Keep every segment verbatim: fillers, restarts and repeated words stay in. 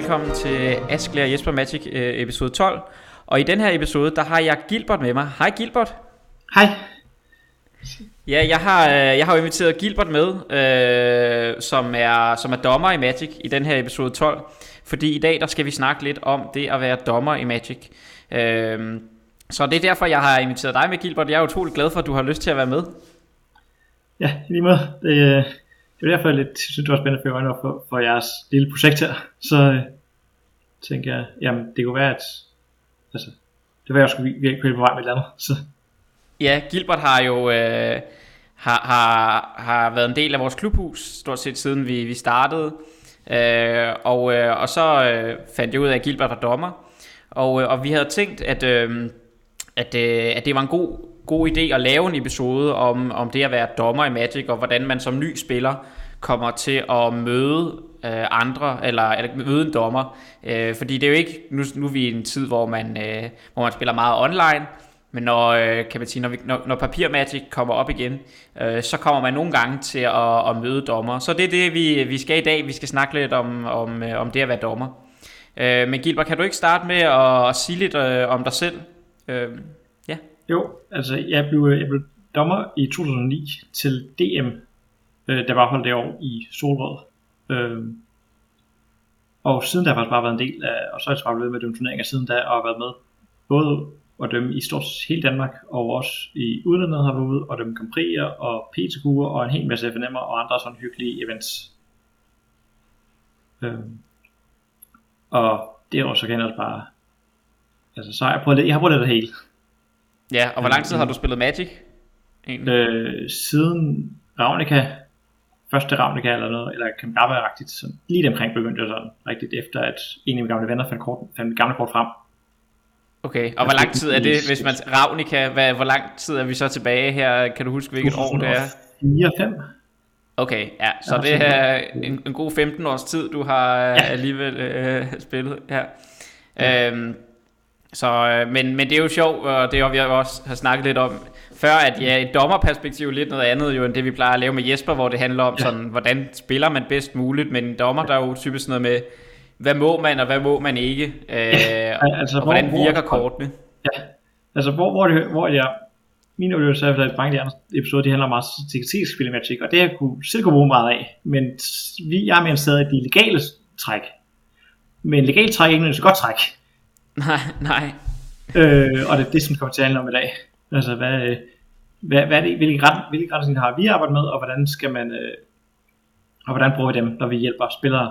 velkommen til Askelager og Jesper Magic øh, episode tolv. Og i den her episode, der har jeg Gilbert med mig. Hej Gilbert. Hej. Ja, jeg har, jeg har jo inviteret Gilbert med, øh, som, er, som er dommer i Magic i den her episode tolv. Fordi i dag, der skal vi snakke lidt om det at være dommer i Magic. øh, Så det er derfor, jeg har inviteret dig med, Gilbert. Jeg er utrolig glad for, at du har lyst til at være med. Ja, lige måde. Det, det er derfor, jeg lidt, synes, det var spændende for, for, for jeres lille projekt her. Så øh, tænker jeg, jamen det kunne være, at altså, det var jeg skulle virkelig på vej med et eller andet. Så. Ja, Gilbert har jo øh, har, har, har været en del af vores klubhus, stort set siden vi, vi startede. øh, og, øh, og så øh, fandt jeg ud af, at Gilbert var dommer. Og, øh, og vi havde tænkt, at, øh, at, øh, at det var en god, god idé at lave en episode om, om det at være dommer i Magic, og hvordan man som ny spiller kommer til at møde øh, andre, eller, eller møde en dommer. øh, Fordi det er jo ikke, nu, nu er vi i en tid, hvor man, øh, hvor man spiller meget online. Men når, øh, kan man sige, når, vi, når, når papir Magic kommer op igen, øh, så kommer man nogle gange til at, at møde dommer. Så det er det, vi, vi skal i dag. Vi skal snakke lidt om, om, om det at være dommer. øh, Men Gilbert, kan du ikke starte med at, at sige lidt øh, om dig selv? øh, Ja. Jo, altså jeg blev, jeg blev dommer i to tusind og ni til D M, øh, der var holdt det år i Solrød. øh, Og siden der har jeg faktisk bare været en del af, og så har jeg bare blevet med de turneringer siden da, og været med både og dømme i stort hele Danmark, og også i udlandet har været ude og dømme Grand Prix'er og P T Q'er og en hel masse F N M'er og andre sådan hyggelige events. øhm. Og det er også så kan jeg også bare, altså så har jeg prøvet lidt, jeg har prøvet lidt af det hele. Ja, og hvor lang tid har du spillet Magic egentlig? Øh, siden Ravnica, første Ravnica eller noget, eller Kamigawa-agtigt, så lige omkring begyndte jeg sådan rigtigt, efter at en af mine gamle venner fandt, kort, fandt mit gamle kort frem. Okay, og hvor lang tid er det, hvis man Ravnica, hvad, hvor lang tid er vi så tilbage her? Kan du huske, hvilket år det er? fire fem. Okay, ja, så ja, det er en, en god femten års tid, du har ja. alligevel øh, spillet her. Ja. Øhm, så, men, men det er jo sjovt, og det har vi også har snakket lidt om før, at ja, et dommerperspektiv er lidt noget andet jo, end det vi plejer at lave med Jesper, hvor det handler om ja. sådan, hvordan spiller man bedst muligt, men en dommer, der er jo typisk sådan noget med, hvad må man, og hvad må man ikke, øh, ja, altså, og hvor, hvordan virker hvor, kortene. Ja, altså hvor, hvor, det, hvor jeg, mine oplevelser er, at mange af de andre episoder, de handler meget om strategisk spil i Magic, og det jeg kunne selv kunne bruge meget af, men vi, jeg er med en sted af de legale træk, men legale træk er ikke noget så godt træk. Nej, nej. Øh, og det er det, som kommer til at handle om i dag. Altså, hvad, hvad, hvad er det, hvilke, ret, hvilke retningslinjer har vi arbejdet med, og hvordan skal man, øh, og hvordan bruger vi dem, når vi hjælper spillere?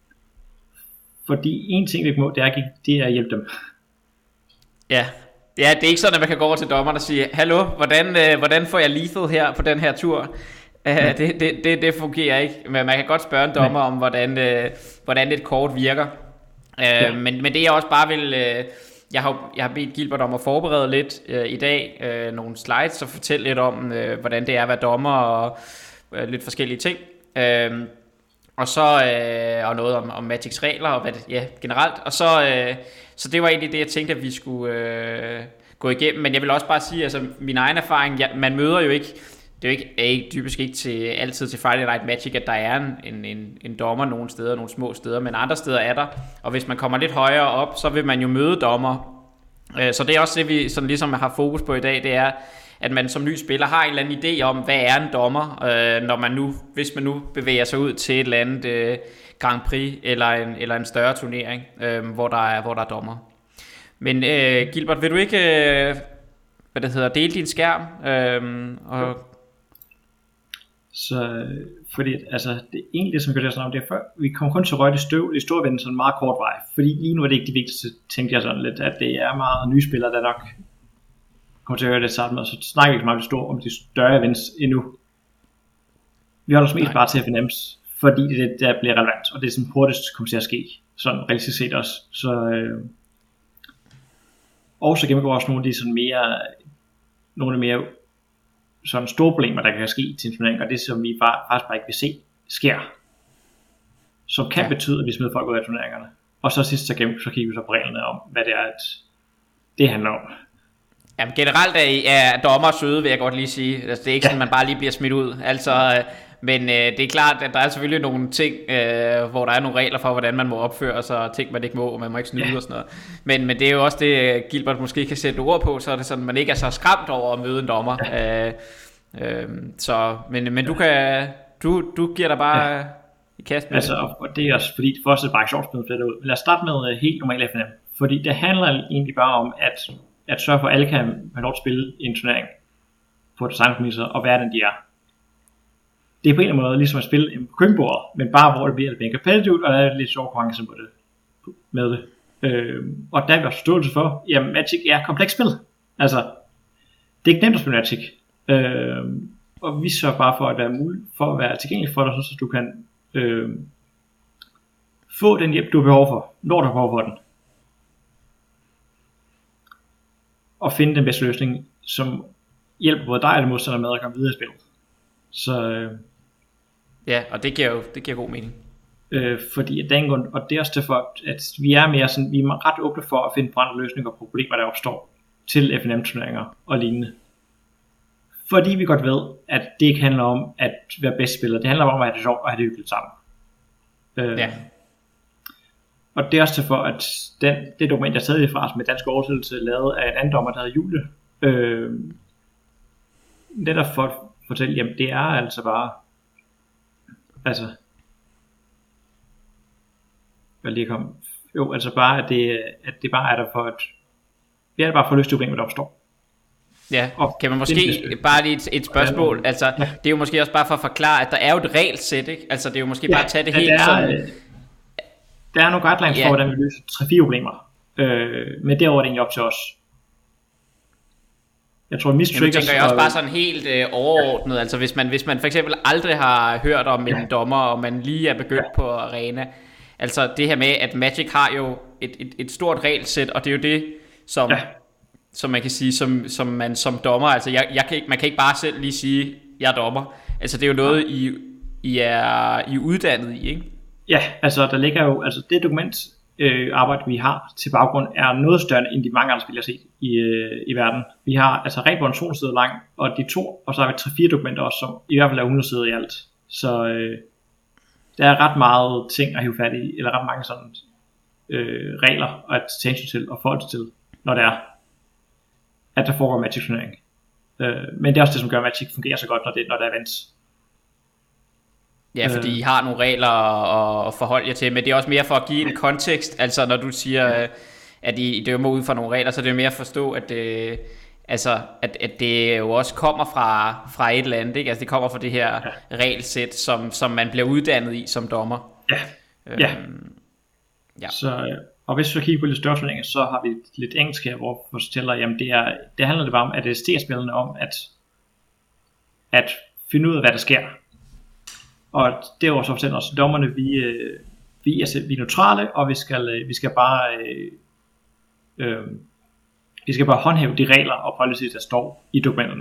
Fordi en ting, vi må, det er, det er at hjælpe dem. Ja. Ja, det er ikke sådan, at man kan gå over til dommeren og sige, hallo, hvordan, øh, hvordan får jeg lethal her på den her tur? Uh, ja. det, det, det, det fungerer ikke. Men man kan godt spørge en dommer ja. om, hvordan, øh, hvordan et kort virker. Uh, ja. men, men det jeg også bare vil... Øh, jeg, har, jeg har bedt Gilbert om at forberede lidt øh, i dag, øh, nogle slides, og fortælle lidt om, øh, hvordan det er at være dommer, og øh, lidt forskellige ting. Uh, Og så øh, og noget om, om Magics regler og hvad det, ja, generelt. Og så, øh, så det var egentlig det, jeg tænkte, at vi skulle øh, gå igennem. Men jeg vil også bare sige, altså min egen erfaring, ja, man møder jo ikke, det er jo ikke, er ikke typisk ikke til, altid til Friday Night Magic, at der er en, en, en dommer nogle steder, nogle små steder, men andre steder er der. Og hvis man kommer lidt højere op, så vil man jo møde dommer. Øh, så det er også det, vi sådan ligesom har fokus på i dag, det er, at man som ny spiller har en eller anden idé om, hvad er en dommer, øh, når man nu, hvis man nu bevæger sig ud til et eller andet øh, Grand Prix eller en, eller en større turnering, øh, hvor, der er, hvor der er dommer. Men øh, Gilbert, vil du ikke øh, hvad det hedder, dele din skærm? Øh, og... Så fordi altså det egentlig det, som vi gør det sådan om, det er før, vi kommer kun til at røre det støv i storvinden sådan en meget kort vej, fordi lige nu er det ikke det vigtigste, tænkte jeg sådan lidt, at det er meget nye spillere, der nok kommer til at høre det sammen, og så snakker vi ikke meget stort om de større events endnu. Vi holder os mest bare til F N M's, fordi det er det, der bliver relevant, og det er sådan hurtigst kommer til at ske, sådan realistisk set også. Så, øh, og så gennemgår også nogle af de sådan mere, nogle af de mere sådan store problemer, der kan ske til en turnering, og det som vi bare, faktisk bare ikke vil se, sker. Som kan ja. betyde, at vi smider folk ud af turneringerne. Og så sidst så, gennem, så kigger vi så på reglerne om, hvad det er, at det handler om. Jamen generelt er, er dommer søde, vil jeg godt lige sige. Altså, det er ikke ja. sådan, man bare lige bliver smidt ud. Altså, men øh, det er klart, at der er selvfølgelig nogle ting, øh, hvor der er nogle regler for, hvordan man må opføre sig, og ting, man ikke må, og man må ikke snyde ja. og sådan noget. Men, men det er jo også det, Gilbert måske kan sætte ord på, så er det sådan, at man ikke er så skræmt over at møde en dommer. Ja. Øh, øh, så, men, men du kan, du, du giver dig bare ja. i kast med altså, og det er også fordi, det første er bare ikke sjovt spillet det ud. Lad os starte med uh, helt normal F N M, fordi det handler egentlig bare om, at, at sørge for, at alle kan have lov at spille i en turnering på det samme præmisser, og hvad den de er. Det er på en eller anden måde ligesom at spille en køkkenbord, men bare hvor det bliver lidt mere competitive, og der er lidt sjov konkurrence på det, med det. Øh, og der er vi også forståelse for, jamen Magic er kompleks spil. Altså, det er ikke nemt at spille Magic. Øh, og vi sørger bare for at være muligt, for at være tilgængelig for dig, så du kan øh, få den hjælp, du har behov for, når du har behov for den. Og finde den bedste løsning, som hjælper både dig og det modstander med at komme videre i spillet. Så øh, ja, og det giver jo det giver god mening. Øh, fordi at den grund, og det er også derfor, at vi er mere sådan, vi er ret åbne for at finde på andre løsninger på problemer, der opstår til F N M-turneringer og lignende. Fordi vi godt ved, at det ikke handler om at være bedst spiller. Det handler om at have det sjovt og have det hyggeligt sammen. Øh, ja. Og det er også derfor, at den, det dokument, jeg stadig fra med dansk oversættelse, lavet af en anden dommer, der hedder Julie, øh, netop for at fortælle, jamen det er altså bare, altså, hvad lige kom, jo, altså bare, at det, at det bare er der for, at vi er der bare for at løse det problem, der opstår. Ja, og kan man måske bare lige et, et spørgsmål, altså, ja. Det er jo måske også bare for at forklare, at der er jo et regelsæt, ikke? Altså, det er jo måske ja, bare at tage det helt er, sådan. Der er nogle guidelines ja. for, hvordan vi løser tre fire problemer, øh, men derover er det egentlig op til os. Jeg tror, Miss Triggers... Ja, tænker jeg også bare sådan helt øh, overordnet, ja. Altså hvis man, hvis man for eksempel aldrig har hørt om ja. en dommer, og man lige er begyndt ja. på arena, altså det her med, at Magic har jo et, et, et stort regelsæt, og det er jo det, som, ja. som man kan sige, som, som man som dommer, altså jeg, jeg kan ikke, man kan ikke bare selv lige sige, jeg er dommer, altså det er jo noget, ja. I, I, er, I er uddannet i, ikke? Ja, altså der ligger jo, altså det dokument, Øh, arbejde vi har til baggrund er noget større end de mange andre spil jeg har set i, øh, i verden. Vi har altså regelbogen to hundrede sider lang, og de to, og så har vi tre fire dokumenter også, som i hvert fald er hundrede sider i alt. Så øh, der er ret meget ting at hive fat i, eller ret mange sådan øh, regler at tage hensyn til og forhold til, når det er, at der foregår Magic turnering. Øh, men det er også det, som gør Magic fungerer så godt, når det, når der er events. Ja, fordi I har nogle regler at forholde jer til, men det er også mere for at give en kontekst, altså når du siger, at I dømmer ud fra nogle regler, så det er mere at forstå, at det, altså, at, at det jo også kommer fra, fra et eller andet, ikke? Altså det kommer fra det her ja. regelsæt, som, som man bliver uddannet i som dommer. Ja, øhm, ja. ja. Så, og hvis vi kigger på lidt større turneringer, så har vi lidt engelsk her, hvor vi fortæller, jamen det, er, det handler det bare om, at det er spillerne om, at, at finde ud af, hvad der sker. Og det er også fortæller os, dommerne, vi, øh, vi, er, vi er neutrale, og vi skal, øh, vi skal bare øh, øh, vi skal bare håndhæve de regler og policies, der står i dokumenterne.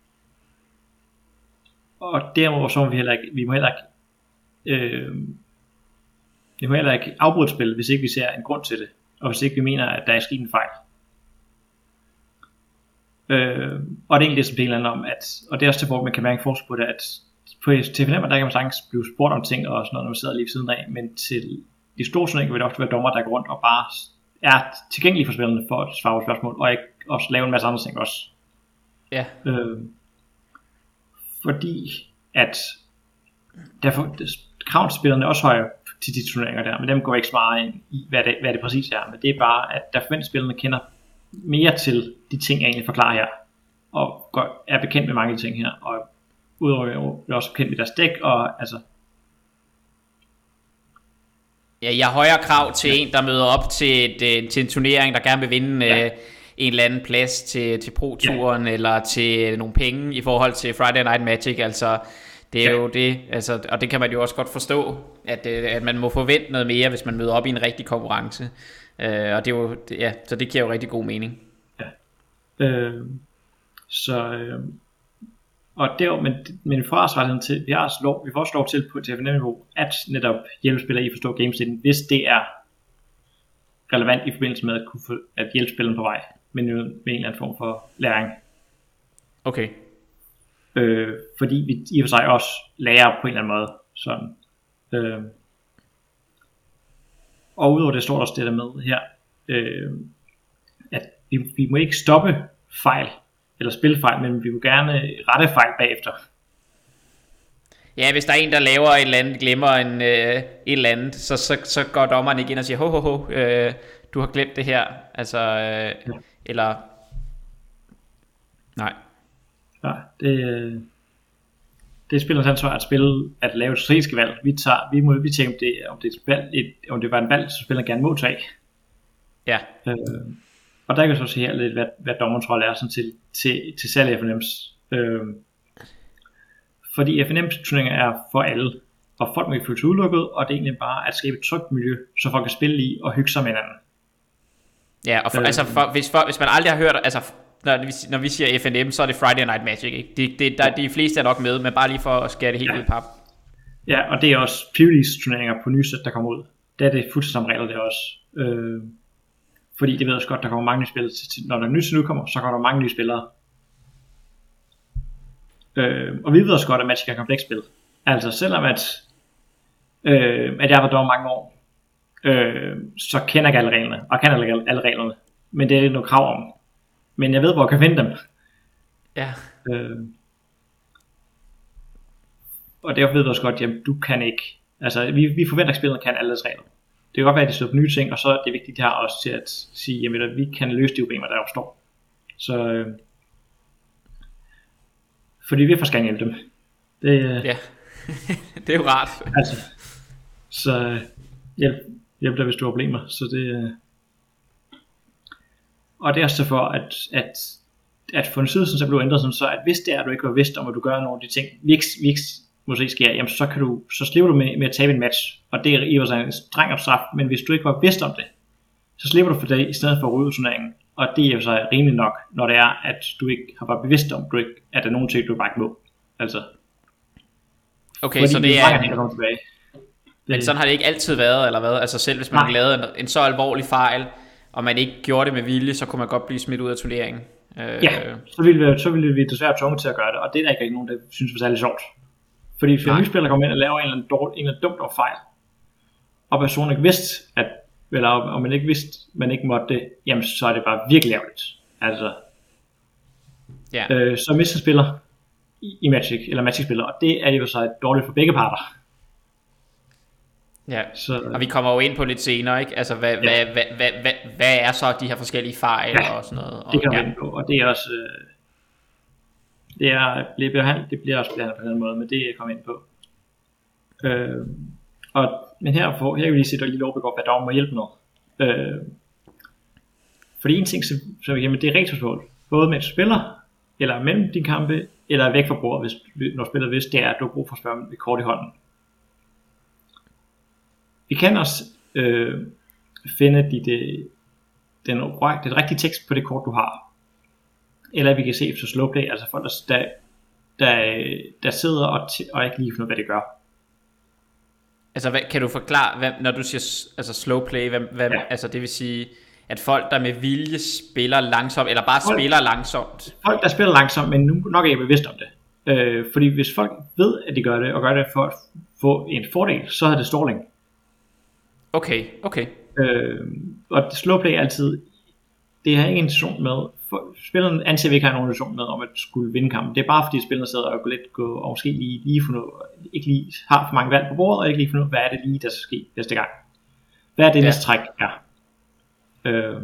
Og derudover så må vi heller ikke, vi må heller ikke, øh, vi må heller ikke afbryde et spil, hvis ikke vi ser en grund til det, og hvis ikke vi mener, at der er sket en fejl. Øh, og det er egentlig det, som det handler om, at, og det er også til, hvor man kan mærke forskel på det, at på T F N M, der kan man sagtens blive spurgt om ting og sådan noget, når man sidder lige ved siden af, men til de store turneringer vil det ofte være dommer, der går rundt og bare er tilgængelige for spillerne for at svare på spørgsmål, og ikke også lave en masse andre ting også. Ja. Øh, fordi at derfor, kraven til spillerne er også højere til de turneringer der, men dem går ikke så meget ind i, hvad det, hvad det præcis er, men det er bare, at der forventer spillerne kender mere til de ting, jeg egentlig forklarer her, og går, er bekendt med mange ting her, og udover at jeg er også bekendt med deres dæk, og altså... Ja, jeg har højere krav til ja. en, der møder op til, et, til en turnering, der gerne vil vinde ja. øh, en eller anden plads til, til Pro-turen, ja. eller til nogle penge i forhold til Friday Night Magic, altså... Det er ja. jo det, altså, og det kan man jo også godt forstå, at, at man må forvente noget mere, hvis man møder op i en rigtig konkurrence. Øh, og det er jo, det, ja, så det giver jo rigtig god mening. Ja. Øh, så... Øh... Og der, men, men forholdsrettigheden til, vi har lov, vi får også lov til på T F N M-niveau, at netop hjælpe spillere i at forstå gamesætten, hvis det er relevant i forbindelse med at kunne få, at hjælpe spilleren på vej, men med en eller anden form for læring. Okay. øh, fordi vi i og for sig også lærer på en eller anden måde. Sådan. Øh. Og udover det står der også det der med her, øh, at vi, vi må ikke stoppe fejl, eller spille fejl, men vi må gerne rette fejl bagefter. Ja, hvis der er en, der laver et eller andet, glemmer en, øh, et eller andet, så, så, så går dommeren ikke ind og siger, ho, ho, ho, øh, du har glemt det her. Altså, øh, ja. Eller... Nej. Ja, det, det er spillerens ansvar at spille, at lave et strategisk valg. Vi, tager, vi må vi tænke, om det, om, det er et valg, et, om det var en valg, så spilleren gerne må tage. Ja. Øh, og der kan jeg så se her lidt, hvad, hvad dommerens rolle er sådan til, til, til salg af F N M's. Øh, fordi F N M's turneringer er for alle, og folk må ikke føle sig udelukket, og det er egentlig bare at skabe et trygt miljø, så folk kan spille i og hygge sig med hinanden. Ja, og for, øh, altså for, hvis, for, hvis man aldrig har hørt, altså når vi, når vi siger F N M, så er det Friday Night Magic, ikke? De, de, der, de fleste er nok med, men bare lige for at skære det helt ja. ud i pap. Ja, og det er også P V D's turneringer på nye sæt, der kommer ud. Der er det fuldstændig samme regler, det er også. Øh, fordi det ved også godt, der kommer mange nye spillere til, når der er nyt til udkommer, så kommer der mange nye spillere. Øh, og vi ved også godt, at Magic er komplekst spil. Altså selvom at, øh, at jeg har været dommer mange år, øh, så kender jeg alle reglerne, og kender alle, alle reglerne. Men det er ikke noget krav om. Men jeg ved, hvor jeg kan finde dem. Ja. Øh, og derfor ved du også godt, at du kan ikke. Altså, vi, vi forventer, at spillerne kan alle regler. Det kan godt være, at de står på nye ting, og så er det vigtigt her også til at sige, jamen, at vi kan løse de problemer, der opstår. Så, øh, fordi vi får hjælpe dem. Det, øh, ja, det er jo rart. Altså, så hjælp, hjælp dig, hvis du har problemer. Så det, øh, og det er også for, at, at, at for en side, så blev ændret sådan, så at hvis det er, at du ikke var vidst om, at du gør nogle af de ting, vi ikke, vi ikke måske sker, jamen så, kan du, så slipper du med, med at tabe en match, og det er i og for sig en streng straf, men hvis du ikke var vidst om det, så slipper du for det, i stedet for at ryge ud turneringen, og det er jo så rimeligt nok, når det er, at du ikke har været bevidst om, du ikke, at der er nogle ting, du bare ikke må. Altså. Okay, så det er... Det, men sådan har det ikke altid været, eller hvad? Altså selv hvis man har lavet en, en så alvorlig fejl, og man ikke gjorde det med vilje, så kunne man godt blive smidt ud af turneringen. Øh... Ja, så ville, vi, så ville vi desværre tvunget til at gøre det, og det er der ikke nogen, der synes var særlig sjovt. Fordi hvis en ny spiller kommer ind og laver en eller anden, dårlig, en eller anden dumt og fejl, og personen ikke vidste, at, eller om man ikke vidste, man ikke måtte det, jamen så er det bare virkelig ærgerligt. Altså, ja. øh, så mister spiller i, i Magic, eller Magic-spiller, og det er jo så dårligt for begge parter. Ja, så, og vi kommer jo ind på lidt senere, ikke? Altså, hvad, ja. hvad, hvad, hvad, hvad, hvad er så de her forskellige fejl ja, og sådan noget? Og, det kan vi ja. ind på, og det er også... Øh, det, er, bliver behandlet, det bliver også behandlet på den måde, men det kommer ind på. Øh, og, men her, for, her kan vi lige se, at der lige lovbegår, hvad der må hjælpe med. Øh, fordi en ting, så, så jamen, det er regelspørgsmål, både med et spiller, eller mellem dine kampe, eller væk fra bordet, hvis, når spiller vidste, det er, at du har brug for at spørge med kort i hånden. Vi kan også øh, finde de, de, den, den rigtige tekst på det kort, du har. Eller vi kan se efter slowplay, altså folk, der, der, der sidder og, t- og ikke lige finder, hvad det gør. Altså, hvad, kan du forklare, hvad, når du siger altså slowplay, hvad, hvad, ja. Altså det vil sige, at folk, der med vilje spiller langsomt, eller bare folk, spiller langsomt? Folk, der spiller langsomt, men nu nok ikke er bevidst om det. Øh, fordi hvis folk ved, at de gør det, og gør det for at få en fordel, så er det stalling. Okay, okay. Øh, og slowplay er altid, det har ingen intention med, for, spilleren anser vi ikke har nogen intention med om at skulle vinde kampen. Det er bare fordi spillerne sidder og går lidt gå, og måske lige, lige finde, ikke lige har for mange valg på bordet, og ikke lige finde ud, hvad er det lige, der skal ske næste gang. Hvad er det ja. næste træk er. Øh,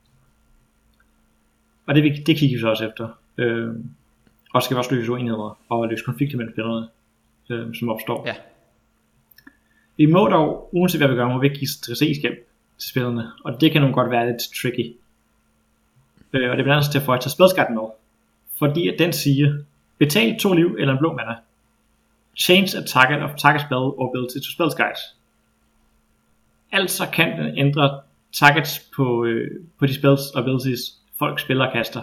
og det, det kigger vi så også efter. Øh, og skal vi også løse uenigheder og løse konflikter mellem spillerne, øh, som opstår. Ja. Vi må dog, uanset hvad vi gør, må vi ikke give strategisk hjælp til spillerne, og det kan nogle godt være lidt tricky. Øh, og det er blandt andet til at tage spelskatten med, fordi at den siger, betal to liv eller en blå mana. Change a target of target spell or ability to spell guide. Altså kan den ændre targets på, øh, på de spells og abilities, folk spiller og kaster.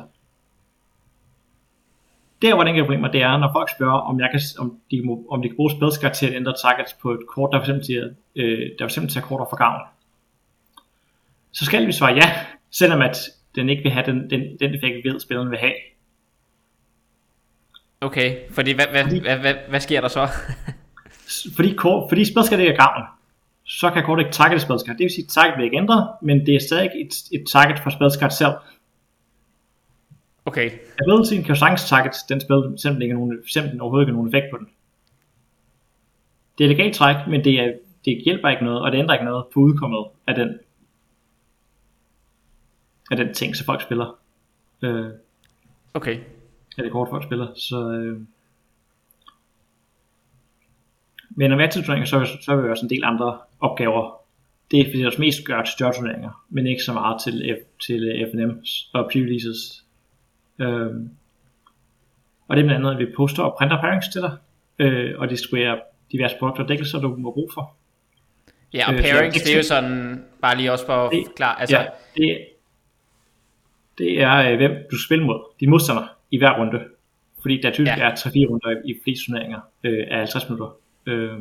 Der hvor den kan problemer, det er, når folk spørger, om, jeg kan, om, de, må, om de kan bruge spellskatter til at ændre targets på et kort, der for eksempel siger, øh, der for eksempel tager korter for gavn. Så skal vi svare ja, selvom at den ikke vil have den, den, den effekt, vi ved, spilleren vil have. Okay, fordi hvad, hvad, Fordi- hvad, hvad, hvad sker der så? Fordi, kort, fordi spilskart ikke er gavn, så kan kortet ikke target spilskart. Det vil sige, at target bliver ikke ændret, men det er stadig et, et target for spilskart selv. Okay, Abilityen kan jo sagtens target den spil, selvom ikke er nogen, selvom overhovedet ikke er nogen effekt på den. Det er legalt træk, men det, er, det hjælper ikke noget, og det ændrer ikke noget på udkommet af den, af den ting, som folk spiller. Øh, okay. af det kort, folk spiller. Så, øh, men når vi er til turneringer, så, så er vi også en del andre opgaver. Det er fordi, det mest gør til større turneringer, men ikke så meget til, F, til F N M og pre-releases. Øh, og det er blandt andet, at vi poster og printer pairings til dig, øh, og distribuerer diverse produkter og dækkelser, du må bruge for. Ja, og Øh, pairings, så- det er jo sådan, bare lige også for at Det- forklare, altså, Ja, det, det er, øh, hvem du skal spille mod. De modstandere i hver runde. Fordi der typisk Ja. er tre fire runder i, i flest turneringer øh, af halvtreds minutter. Øh,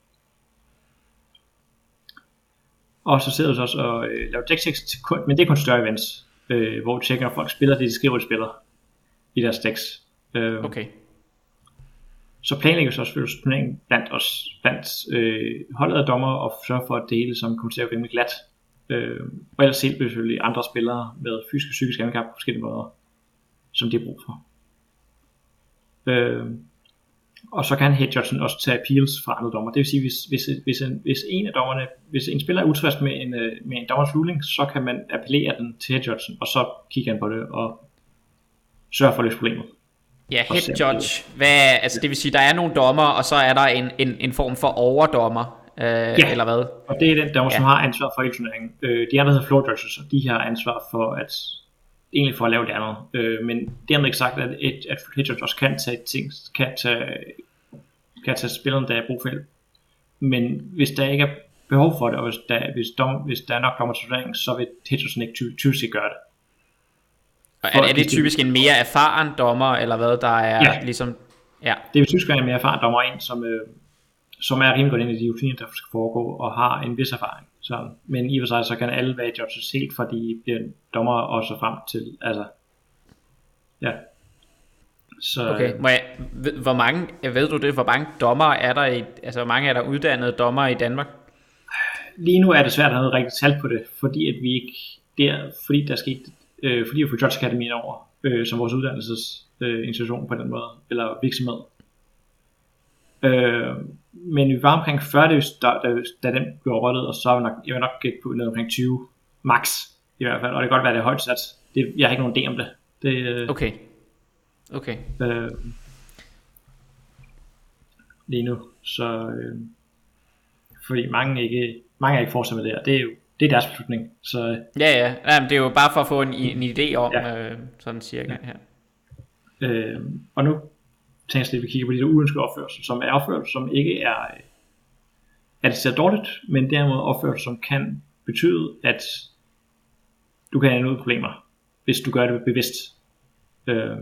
og så sidder du så også og øh, laver deck checks til kun, men det er kun større events, øh, hvor du tjekker, om folk spiller det, de skriver, de spiller i deres decks. Øh, okay. Så planlægger vi så selvfølgelig turneringen blandt os, blandt øh, holdet af dommer, og sørge for, at det hele som kommer til at gå rimelig glat. Øh, og ellers helt selvfølgelig andre spillere med fysisk og psykisk handicap på forskellige måder, som de har brug for. Øh, og så kan head judgen også tage appeals fra andre dommer. Det vil sige, hvis, hvis, hvis, en, hvis en af dommerne, hvis en spiller er utilfreds med en, øh, med en dommers ruling, så kan man appellere den til head judgen, og så kigger han på det og sørger for at løse problemet. Ja, Og head se, om judge, hvad, altså det vil sige, der er nogle dommer, og så er der en, en, en form for overdommer, øh, ja. eller hvad? Og det er den dommer, Ja. som har ansvar for hele turneringen. Øh, de andre hedder floor judges, og de har ansvar for at egentlig for at lave det andet. Øh, men dermed ikke sagt, at et at head judge også kan tage ting, kan tage, kan tage spillerne, der er brug for hjælp. Men hvis der ikke er behov for det, og hvis der, hvis dom, hvis der er nok dommer til turneringen, så vil head judgen ikke ty- typisk ikke gøre det. Og For er, er at det de- typisk en mere erfaren dommer, eller hvad, der er Ja. ligesom, ja, Det vil typisk være en mere erfaren dommer, en som, øh, som er rimelig godt ind i de rutiner, der skal foregå, og har en vis erfaring. Så, men i og for sig, så kan alle være judges helt fra de bliver dommer og så frem til, altså, ja. Så, okay. Må jeg, ved- hvor mange, ved du det, hvor mange dommer er der i, altså hvor mange er der uddannede dommer i Danmark? lige nu er det svært at have noget rigtigt tal på det, fordi at vi ikke, der, fordi der skete, øh, fordi vi får Judge Academy over, øh, som vores uddannelsesinstitution øh, på den måde, eller virksomhed. Øh, men vi var omkring fyrre, da, da, da den blev rottet, og så var vi nok, jeg vil nok gætte på ned omkring tyve, max i hvert fald, og det kan godt være, det er højt sat. Det, jeg har ikke nogen idé om det. det øh, Okay. Okay. øh, lige nu, så øh, fordi mange ikke, mange er ikke fortsat med det her, det er jo, det er deres beslutning, så Ja, ja. Jamen, det er jo bare for at få en, en idé om, Ja. ja. øh, sådan cirka Ja. her. Øh, og nu tænker jeg, at vi kigger på de der uønskede opførsel, som er opførsel, som ikke er, øh, at det ser dårligt, men derimod opførsel, som kan betyde, at du kan have nogle problemer, hvis du gør det bevidst. Øh,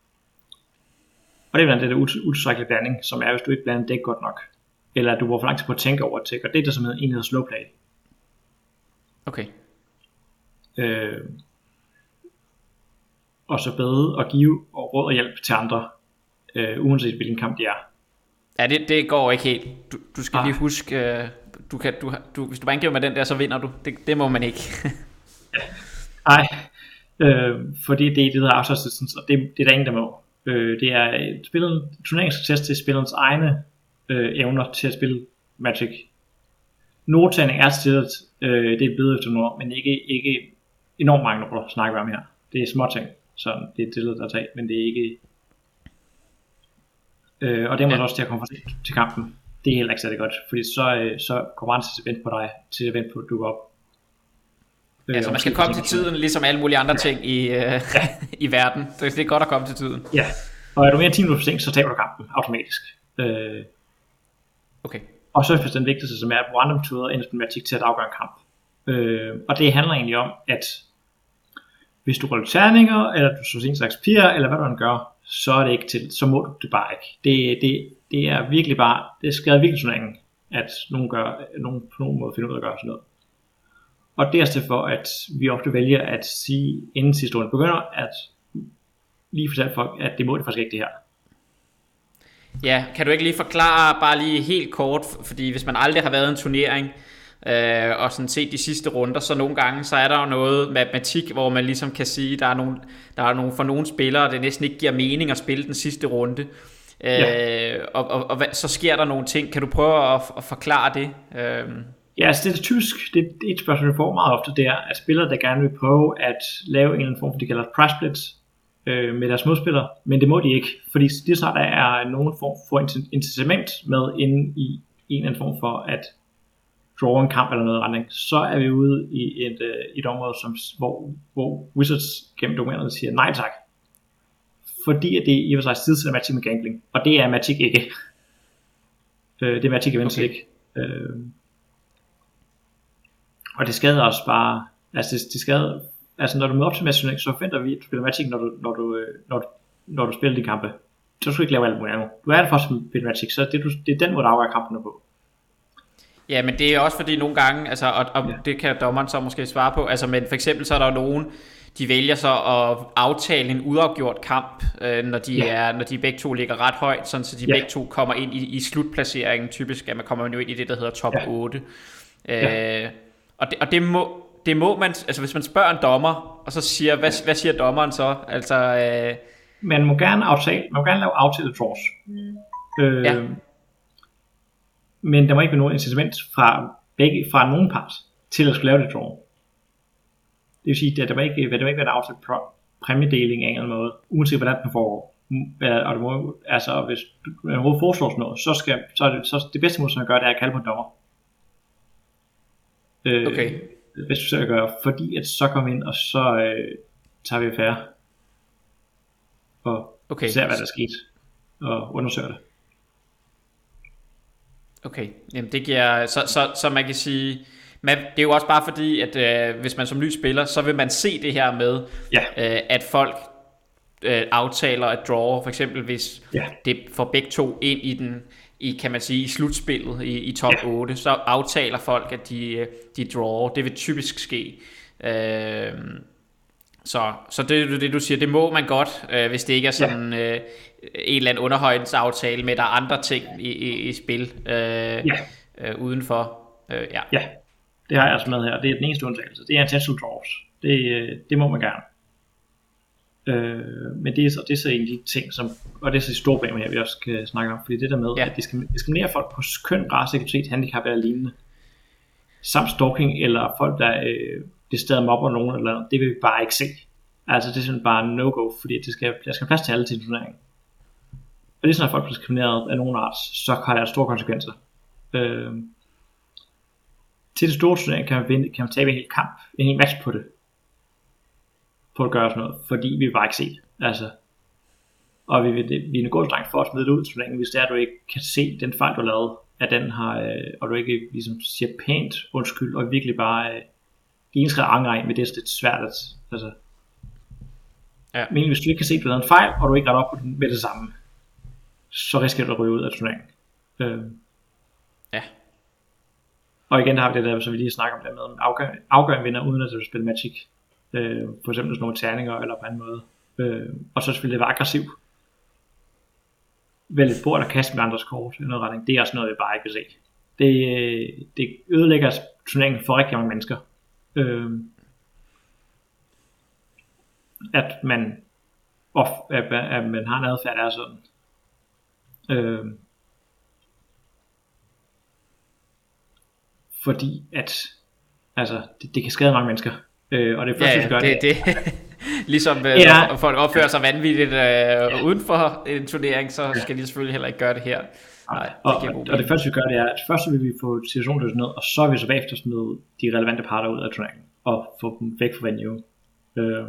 og det er blandt det der ut- utilstrækkelig blanding, som er, hvis du ikke blander dæk godt nok, eller at du bruger for lang tid på at tænke over et dæk, og det er det, som hedder en hedder slow play. Okay. Øh, og så bede og give og råd og hjælp til andre, øh, uanset hvilken kamp de er. Ja, det, det går ikke helt. Du, du skal Nej. lige huske, øh, du kan, du, har- du, hvis du bare indgiver med den der, så vinder du. Det, det må man ikke. Nej, øh, fordi det er det, der er outside distance, og det, det er der ingen, der må. Øh, det er spillet, turneringen skal teste spillerens egne øh, evner til at spille Magic. Nordtagning er stillet, øh, det er blevet efter nogle år, men ikke, ikke enormt mange ord, snakker vi om her. Det er små ting, så det er stillet, der tager, men det er ikke... Øh, og det må Ja. ja. også til at komme for sent til kampen. Det er heller ikke særlig godt, fordi så, øh, så kommer han til at vente på dig, til at vente på, at du går op. Øh, Altså og man skal måske komme til tænke- tiden, ligesom alle mulige andre ting i, øh, i verden. Så det er godt at komme til tiden. Ja, og er du mere end ti minutter for sent, så taber du kampen automatisk. Øh, Okay. og så er det den vigtigste, som er at bruge andre metoder end matematik til at afgøre en kamp. Øh, og det handler egentlig om, at hvis du ruller terninger, eller du så en slags piger, eller hvad du end gør, så er det ikke til, så må du det bare ikke. Det, det, det er virkelig bare, det er skrevet virkelig turneringen, at nogen gør, nogen på nogen måde finder ud af at gøre sådan noget. Og det er det for, at vi ofte vælger at sige, inden sidste runde begynder, at lige fortælle folk, at det må det faktisk ikke det her. Ja, kan du ikke lige forklare bare lige helt kort, fordi hvis man aldrig har været i en turnering, øh, og sådan set de sidste runder, så nogle gange, så er der jo noget matematik, hvor man ligesom kan sige, der er nogle, der er nogle for nogle spillere, det næsten ikke giver mening at spille den sidste runde. Ja. Øh, og, og, og så sker der nogle ting. Kan du prøve at, at forklare det? Øh. Ja, altså det er typisk, det er et spørgsmål, vi får meget ofte, det er, at spillere, der gerne vil prøve at lave en eller anden form, de kalder price splits, øh, med deres modspillere, men det må de ikke, fordi det snart der er nogen form for incitament med inde i en eller anden form for at draw en kamp eller noget retning, så er vi ude i et, øh, et område, som, hvor, hvor Wizards gennem domænerne siger nej tak, fordi at det i og for sig sidestiller Magic med gambling, og det er Magic ikke. øh, det er Magic events okay. ikke. Øh, og det skader også bare, altså det, det skader, altså når du møder op til Magic, så forventer vi, at du spiller Magic, når du, når du, når du, når du spiller de kampe. Så skal du ikke lave alt muligt andet. Du er der for at spille Magic, så det, du, det er den måde, du afgør kampene på. Ja, men det er også fordi nogle gange, altså, og, og ja. det kan dommeren så måske svare på, altså, men for eksempel så er der jo nogen, de vælger så at aftale en uafgjort kamp, øh, når, de ja. er, når de begge to ligger ret højt, sådan så de ja. begge to kommer ind i, i slutplaceringen. Typisk at man kommer jo ind i det, der hedder top ja. otte. Ja. Øh, og det, og det, må, det må man, altså hvis man spørger en dommer, og så siger, hvad, hvad siger dommeren så? Altså, øh, man må gerne aftale, man må gerne lave aftale draws. Mm. Øh, ja. Men der må ikke være nogen incitament fra, begge, fra nogen part til at skulle lave det draw. Det vil sige, at der må ikke, der må ikke være en aftalt præmiedeling af en eller anden måde, uanset hvordan den foregår. Og det må, altså, hvis du overhovedet foreslår noget, så, skal, så, er det, så det bedste måde, som man gør, det er at kalde på en dommer. Okay. Øh, det bedste, du selv gøre, fordi at så kommer vi ind, og så øh, tager vi affære. Og okay. ser, hvad der er sket, og undersøger det. Okay, jamen det giver, så, så, så man kan sige, man, det er jo også bare fordi, at øh, hvis man som ny spiller, så vil man se det her med, ja. øh, at folk øh, aftaler at draw, for eksempel hvis ja. det får begge to ind i den, i, kan man sige, i slutspillet i, i top ja. otte, så aftaler folk, at de, de draw. Det vil typisk ske. Øh, så så det, det du siger, det må man godt, øh, hvis det ikke er sådan ja. øh, en eller anden underhøjdensaftale med, der er andre ting i, i, i spil øh, ja. øh, udenfor. Øh, ja. ja, det har jeg altså med her. Det er den eneste undtagelse. Det er intentional draws. Det, det må man gerne. Øh, men det er, så, det er så en af de ting, som, og det er så de store problemer her, vi også skal snakke om, fordi det der med, ja. at de skal diskriminere folk på køn, race, seksualitet, handicap eller lignende, samt stalking, eller folk, der øh, det stadig mobber nogen eller andet, det vil vi bare ikke se. Altså det er sådan bare no-go, fordi det skal, der skal plads til alle til en turnering. Og det er sådan, at folk bliver diskrimineret af nogen art, så har det store konsekvenser. Øh, til det store turnering kan man, vinde, kan man tabe en hel kamp, en hel match på det. På at gøre sådan noget, fordi vi vil bare ikke se det. Altså, og vi vil, vi er gå så langt for at smide det ud til turneringen, hvis det er, at du ikke kan se den fejl, du har lavet, at den har, øh, og du ikke ligesom siger pænt undskyld, og virkelig bare øh, give en skred anger ind, men det er lidt svært at, altså, ja. Men hvis du ikke kan se, at du har lavet en fejl, og du ikke retter op på den med det samme, så risikerer du at ryge ud af turneringen. Øh. Ja. Og igen, der har vi det der, som vi lige snakker om det med, afgør, afgør en vinder, uden at du spiller Magic. Øh, for eksempel sådan nogle terninger eller på anden måde, øh, og så selvfølgelig være aggressiv, vælge et bord eller kaste med andres kort i noget retning. Det er også noget vi bare ikke vil se. Det, det ødelægger turneringen for rigtig mange mennesker, øh, at man of, at, at man har en adfærd der er sådan, øh, fordi at altså det, det kan skade mange mennesker. Øh, og det første, ja, ja, gør det, det, det ligesom øh, ja. når folk opfører sig vanvittigt øh, uden for en turnering, så skal de selvfølgelig heller ikke gøre det her. Nej, det og, og, og det første vi gør, det er, at først vil vi få situationen løst ned, og så vil vi så bagefter smide de relevante parter ud af turneringen, og få dem væk fra venue. Øh,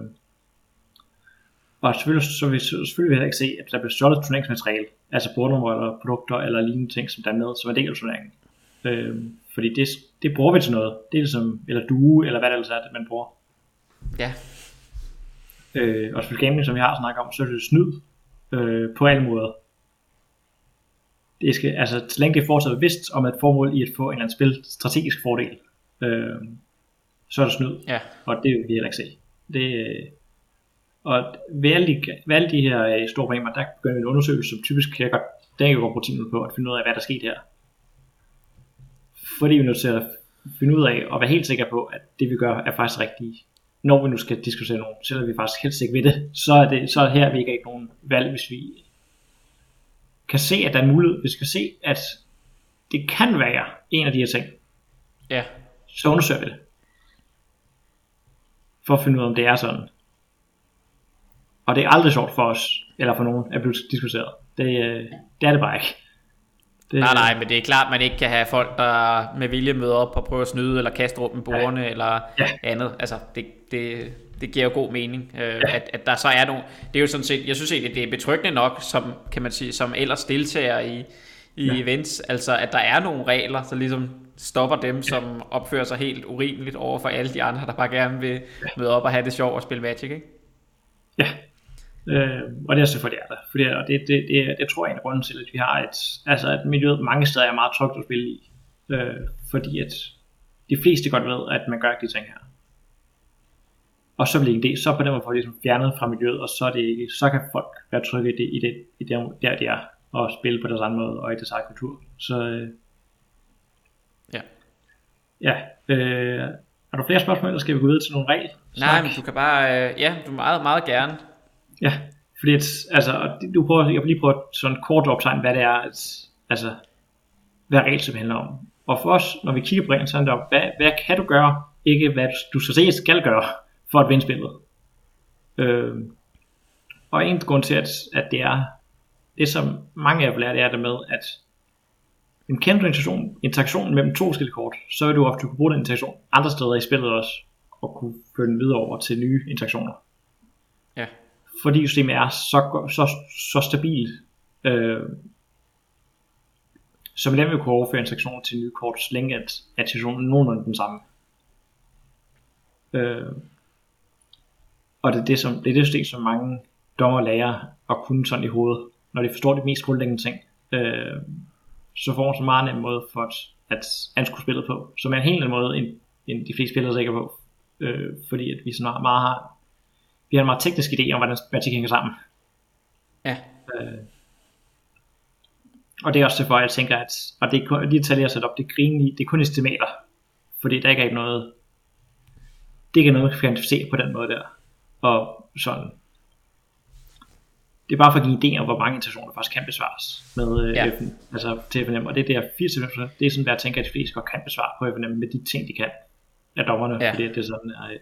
og selvfølgelig, så vil vi selvfølgelig heller ikke se, at der bliver stjålet turneringsmateriale, altså bordnumre eller produkter eller lignende ting, som der er med, som er del af turneringen. Øh, fordi det, det bruger vi til noget. Det er ligesom, eller due, eller hvad det ellers er, det man bruger. Ja. Øh, og selvfølgelig gambling, som vi har snakket om, så er det snyd øh, på alle måder. Det skal, altså, så længe det er fortsat bevidst om et formål i at få en eller anden spil strategisk fordel, øh, så er det snyd. Ja. Og det vil vi heller ikke se. Det, Og ved alle de, ved alle de her øh, store problemer, der begynder en undersøgelse, som typisk kan godt, der kan gå rutinen på at finde ud af, hvad der er sket her. Fordi vi er nødt til at finde ud af og være helt sikre på, at det vi gør er faktisk rigtigt. Når vi nu skal diskutere nogen, selvom vi faktisk helst ikke ved det, så er det så er her vi ikke har ikke nogen valg, hvis vi kan se, at der er en mulighed, hvis vi kan se, at det kan være en af de her ting, ja. Så undersøger vi det. For at finde ud af, om det er sådan. Og det er aldrig sjovt for os, eller for nogen, at blive diskuteret. Det, det er det bare ikke. Det, nej, nej, men det er klart, at man ikke kan have folk, der med vilje møder op og prøver at snyde, eller kaste rundt med bordene, ja. eller ja. andet. Altså, det, det, det giver jo god mening, øh, ja. at, at der så er nogle... Det er jo sådan set, jeg synes egentlig, det er betryggende nok, som, kan man sige, som ellers deltager i, i ja. events, altså at der er nogle regler, der ligesom stopper dem, ja. som opfører sig helt urimeligt over for alle de andre, der bare gerne vil ja. møde op og have det sjovt og spille Magic, ikke? Ja. Øh, og det er selvfølgelig er der, fordi og det, det, det, det tror jeg er en af grunden til, at vi har et, altså at miljøet mange steder er meget trygt at spille i, øh, fordi at de fleste godt ved, at man gør de ting her. Og så bliver det, så på den måde får de ligesom fjernet fra miljøet, og så er det ikke, så kan folk være trygge i det, i det, i det der de er, og spille på deres egen måde og i deres egen kultur. Så øh, ja, ja. Øh, har du flere spørgsmål, eller skal vi gå videre til nogle regler? Nej, men du kan bare, øh, ja, du meget meget gerne. Ja, fordi at, altså, du prøver, jeg vil lige prøve sådan kort optegne, hvad det er, at, altså, hvad regelsæt handler om. Og for os, når vi kigger på reglen, så er det, hvad, hvad kan du gøre, ikke hvad du så set skal gøre, for at vinde spillet. Øh, og en grund til, at, at det er, det som mange af jer vil lære, det er det med, at en kendt interaktion, interaktion mellem to forskellige kort, så vil du ofte kunne bruge den interaktion andre steder i spillet også, og kunne føre den videre over til nye interaktioner. Ja. Fordi systemet er så, så, så stabilt, øh, så man vil kunne overføre interaktioner til nye kort, så længe at interaktionen er nogenlunde den samme. Øh, og det er det, som, det er det system, som mange dommer lærer at kunne sådan i hovedet, når de forstår de mest grundlæggende ting. Øh, så får man så meget nem måde for at, at anskue spillet på, som er en helt anden måde, end, end de fleste spillere sikker på, øh, fordi at vi så meget, meget har vi har en meget teknisk idé om, hvordan Magic hænger sammen. Ja. Øh, og det er også derfor, jeg tænker, at og det er kun, lige tal jeg har sat op, det er, grinlige, det er kun estimater, fordi der ikke er noget, det er ikke noget, man kan kvantificere på den måde der, og sådan. Det er bare for at give idéer om, hvor mange interaktioner der faktisk kan besvares med øh, ja. F N, altså til F N M, og det er der fireogtyve procent, det er sådan, hvad jeg tænker, at de fleste godt kan besvare på F N M med de ting, de kan af dommerne, ja. Fordi det er sådan, er,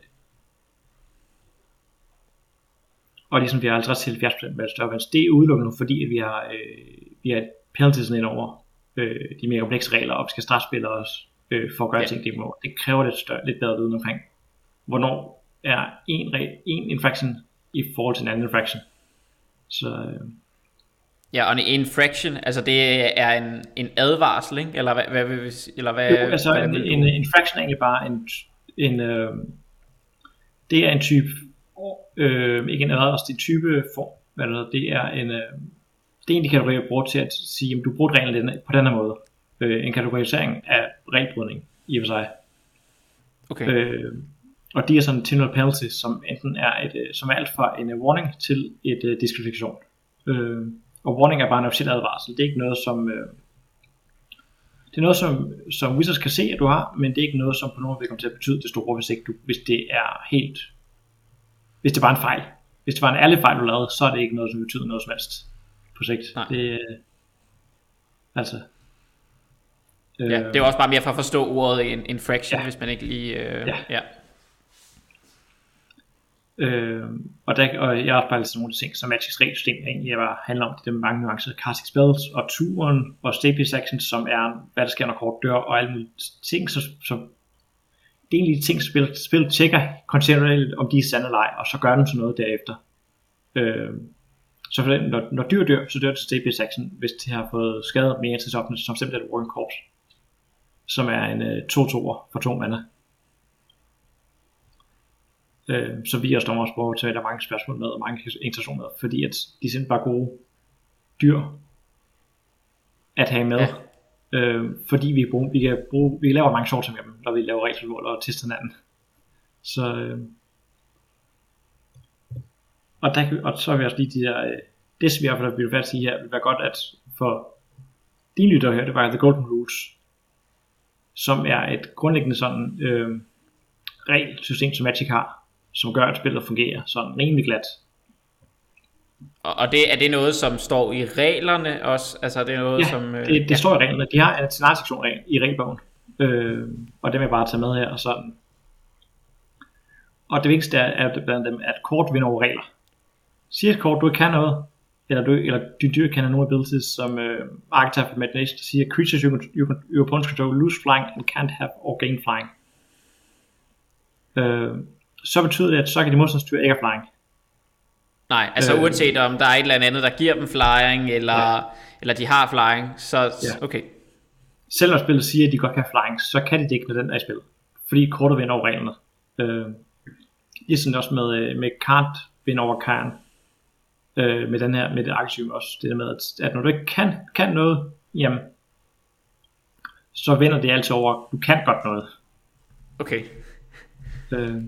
og ligesom vi har halvtreds til halvfjerds procent med større vands, det er udelukkende fordi, at vi har, øh, vi har penalties ind over øh, de mere komplekse regler, og vi skal strafspille os øh, for at gøre ja. ting, det må. Det kræver lidt, større, lidt bedre viden omkring, hvornår er en, en infraction i forhold til en anden infraction. Så, øh. Ja, og en infraction, altså det er en, en advarsel, ikke? Eller hvad, hvad vil vi sige? Eller hvad, jo, altså hvad en, en infraction er egentlig bare en, en øh, det er en type Øh, ikke en advarsel, det er type form, hvad det, det er en øh, det er en kategori jeg bruger til at sige, at du bruger reglerne på den her måde. Øh, en kategorisering af regelbrydning i og for sig. Okay. Øh, og de er sådan en penalty, som enten er et, som er alt fra en warning til et uh, diskvalifikation. Øh, og warning er bare en officiel advarsel. Det er ikke noget som øh, det er noget som som Wizards kan se at du har, men det er ikke noget som på nogen måde kommer til at betyde det store, hvis ikke du, hvis det er helt Hvis det var en fejl. Hvis det var en ærlig fejl, du lavede, så er det ikke noget, som betyder noget som helst på sigt. Det, altså, øh, ja, det er også bare mere for at forstå ordet en infraction, ja. Hvis man ikke lige... Øh, ja. ja. Øh, og, der, og jeg har også bare lidt nogle ting, som Magic's regelsystem egentlig var, handler om, det er mange nuancer, casting spells og turen og stability actions, som er, hvad der sker, når kort dør, og alle mulige ting, så, så det er egentlig ting, spil, spil tjekker kontinuerligt, om de er sande eller ej, og så gør den sådan noget derefter. Øh, så for den, når, når dyr dør, så dør det til stability action, hvis de har fået skadet mere til toppen, som simpelthen er Warring Corps, som er en uh, to toer for to mana. Øh, så vi også dommer os på, at der er mange spørgsmål med, og mange interaktioner med, fordi at de er simpelthen bare gode dyr at have med. Ja. Øh, fordi vi, bruger, vi, kan bruge, vi laver mange sjov ting med dem, når vi laver regelmål og tester hinanden. Så, øh, Og, der, og så vil jeg også lige de der, øh, det som jeg i hvert fald vil være sige her, vil være godt, at for dine lyttere her, det var The Golden Rules, som er et grundlæggende sådan øh, regelsystem, som Magic har, som gør, at spillet fungerer sådan rimelig glat. Og, og det, er det noget, som står i reglerne også? Altså, det er noget, ja, som, øh, det, det ja. står i reglerne. De har en scenariesektion i regelbogen, øh, og det vil jeg bare tage med her. Og, sådan. Og det vigtigste er, at blandt dem, at kort vinder over regler. Siger et kort, du ikke kan noget, eller, du, eller din dyr kan have nogle abilities, som uh, Archetype of Imagination siger, creatures you, you, your opponents control lose flying and can't have or gain flying. Uh, så betyder det, at så kan de modstandsdyr ikke have flying. Nej, altså øh, uanset om der er et eller andet, der giver dem flying, eller, ja. eller de har flying, så ja. okay. Selvom spillet siger, at de godt kan have flying, så kan de det ikke, når den er i spillet. Fordi kortet vinder over reglerne. Uh, ligesom også med, med can't vinde over can. Øh, med den her, med det aktive også, det der med, at, at når du ikke kan, kan noget, jamen, så vinder det altid over, du kan godt noget. Okay. Øh,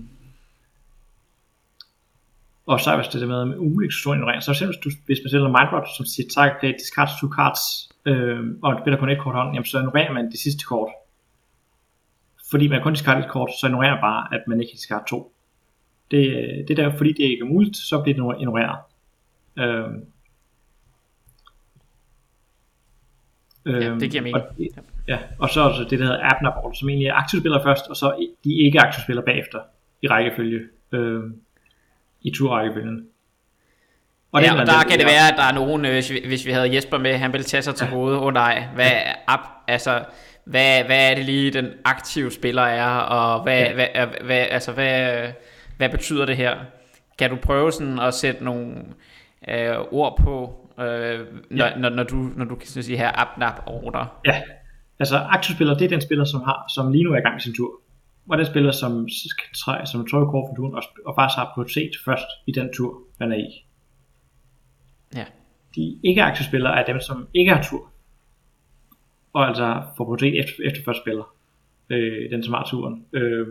og så er det det med, med uexistorisk ignorering, så selv hvis, du, hvis man stiller Mindrot, som siger, target play, discard two cards, øh, og spiller kun et kort hånd, jamen så ignorerer man det sidste kort. Fordi man kun discarder et kort, så ignorerer man bare, at man ikke discarder to. Det, det er der, fordi det ikke er muligt, så bliver det ignoreret. Øhm, ja, det giver mening. Og, ja, og så er det der hedder Abnabord, som egentlig er aktivspillere først, og så de ikke aktivspillere bagefter i rækkefølge, øhm, i turrækkefølgen. Og ja, og der kan det være, at der er nogen, hvis vi, hvis vi havde Jesper med, han ville tage sig til ja. hovedet, åh oh, nej, hvad er ab, altså hvad, hvad er det lige den aktive spiller er, og hvad, ja. hvad, hvad, altså hvad, hvad betyder det her? Kan du prøve sådan at sætte nogle øh, ord på, øh, når, ja. når, når du når du kan sige her Abnap order? Ja, altså aktiv spiller, det er den spiller som har som lige nu er i gang med sin tur. Og den spiller som som tror kort for turen og, og faktisk har prioritet først i den tur man er i. Ja. De ikke aktive spillere er dem som ikke har tur. Og altså får prioritet efter efter først spiller. Øh, den som har turen. Øh,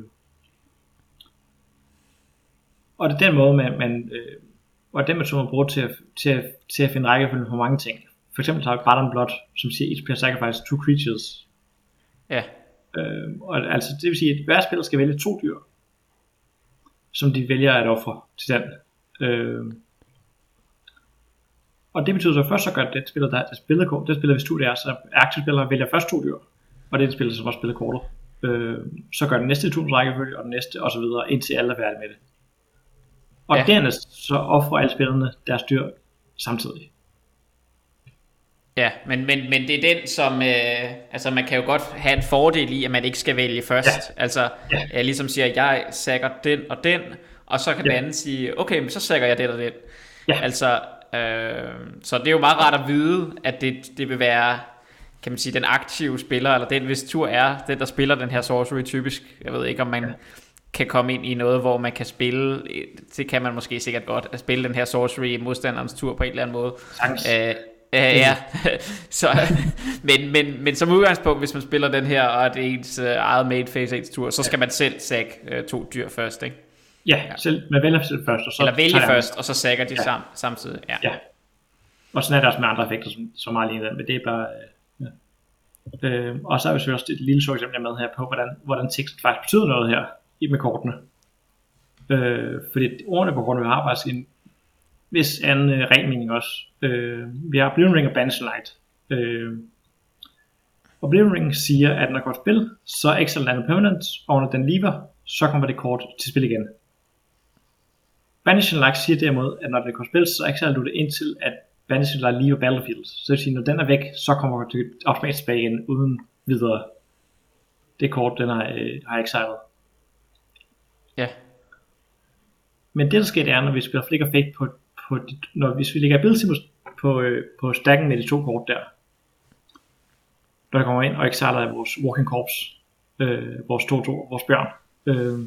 Og det er den måde, man, man øh, og den metode, man bruger til at, til at, til at finde rækkefølgen på mange ting. For eksempel tager vi Barton Blood, som siger, each player sacrifice two creatures. Ja. Øh, og altså, det vil sige, at hver spiller skal vælge to dyr, som de vælger at ofre til den. Øh, og det betyder så først, så gør det, den spiller, der, der spiller kort, det spiller hvis to det er, så aktive spillere vælger først to dyr, og det er den spiller, som også spiller kortet. Øh, så gør den næste turns rækkefølge, og den næste, og så videre, indtil alle er færdige med det. Og ja. dernæst så offrer alle spillerne deres dyr samtidig. Ja, men, men, men det er den som øh, altså man kan jo godt have en fordel i, at man ikke skal vælge først. Ja. Altså ja. jeg ligesom siger, jeg sækker den og den, og så kan ja. den anden sige, okay, men så sækker jeg den og den. Ja. Altså øh, så det er jo meget rart at vide, at det, det vil være, kan man sige, den aktive spiller, eller den hvis tur er den der spiller den her sorcery typisk. Jeg ved ikke om man ja. kan komme ind i noget, hvor man kan spille, det kan man måske sikkert godt, at spille den her sorcery i modstanderens tur på en eller anden måde. Øh, øh, ja, så, men, men, men som udgangspunkt, hvis man spiller den her, og det er ens uh, eget made phase ens tur, så skal man selv sække uh, to dyr først, ikke? Ja, ja. Selv, man vælger selv først, og så eller vælge først, og så sækker de ja. sam, samtidig. Ja. ja. Og sådan er der også med andre effekter, som, som meget lignende, men det er bare... Øh, ja. øh, og så er vi selvfølgelig også et lille så eksempel med her på, hvordan, hvordan teksten faktisk betyder noget her med kortene. Øh, fordi ordene på kortene har faktisk en vis anden øh, ren mening også. Øh, vi har Oblivion Ring og Banishing Light. Øh, Oblivion Ring siger, at når det går spil, så er Exile and Permanent, og når den lever, så kommer det kort til spil igen. Banishing Light siger derimod, at når det går spil, så exiler du det indtil, at Banishing Light lever Battlefield. Så det vil sige, når den er væk, så kommer det automatisk tilbage igen, uden videre. Det kort, den har, øh, har exilet. Ja. Men det der sker, det er, når vi spiller Flicker Fake på, på de, når hvis vi lægger ability på, på, øh, på stacken med de to kort der, når der kommer ind og exiler vores Walking Corpse, øh, vores to to, vores bjørn, øh,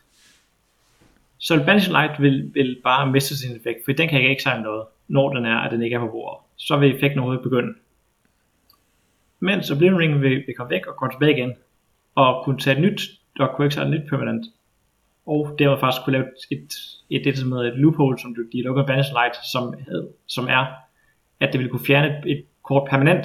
så vil Banishing Light vil, vil bare miste sin effekt, for den kan ikke exile noget, når den er, at den ikke er på bordet. Så vil effekten overhovedet begynde. Men så Oblivion Ring vil, vil komme væk og gå tilbage igen, og kunne tage et nyt, og kunne exile et nyt permanent. og dermed faktisk kunne lave et, et, et, et, som hedder et loophole, som de lukker Banish Light, som, som er, at det ville kunne fjerne et, et kort permanent,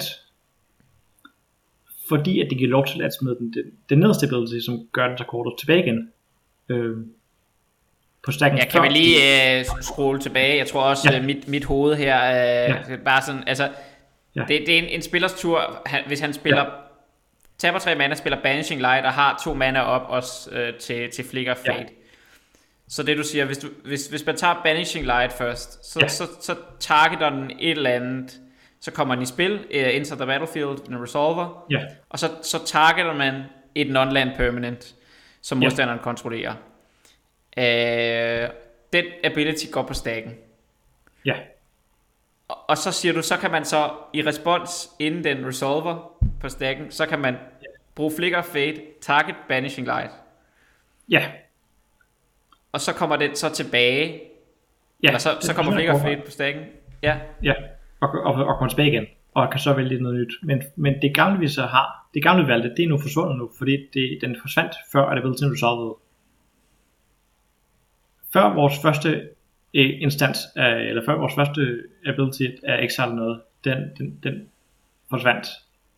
fordi at det giver lov til at smide den, den, den nederste ability, som gør den så kortet tilbage igen. Øh, på stacken. Jeg kan vi lige øh, scrolle tilbage. Jeg tror også ja. mit, mit hoved her øh, ja. bare sådan, altså ja. det, det er en, en spillers tur, han, hvis han spiller ja. taber tre mana, spiller Banishing Light og har to mana op også øh, til, til Flicker of Fate. Ja. Så det du siger, hvis, du, hvis, hvis man tager Banishing Light først, så, ja. så, så targeter den et eller andet, så kommer den i spil, uh, Enter the Battlefield, den resolver, ja. og så, så targeter man et non-land permanent, som ja. modstanderen kontrollerer. Uh, den ability går på stacken. Ja. Og, og så siger du, så kan man så i respons inden den resolver på stacken, så kan man ja. bruge Flicker of Fate, target Banishing Light. Ja. Og så kommer den så tilbage. Ja. Eller så, så kommer Flicker of Fate på stacken. Ja. Ja. Og, og, og kommer tilbage igen. Og kan så vælge noget nyt. Men, men det gamle vi så har, det gamle vi valgte, det er nu forsvundet nu, fordi det, den forsvandt før, at det blev til en resolve. Før vores første instans, eller før vores første ability af exile noget, den, den, den forsvandt.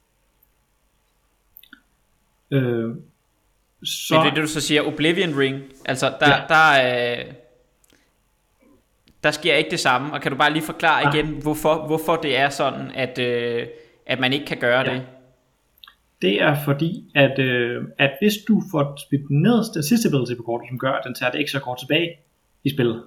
Øh, så Men det er det du så siger, Oblivion Ring, altså der, ja. der, øh, der sker ikke det samme, og kan du bare lige forklare ja. igen, hvorfor, hvorfor det er sådan, at, øh, at man ikke kan gøre ja. det? Det er fordi, at, øh, at hvis du får spillet den nederste sidste ability på kortet, som gør, at den tager det ekstra kort tilbage i spillet,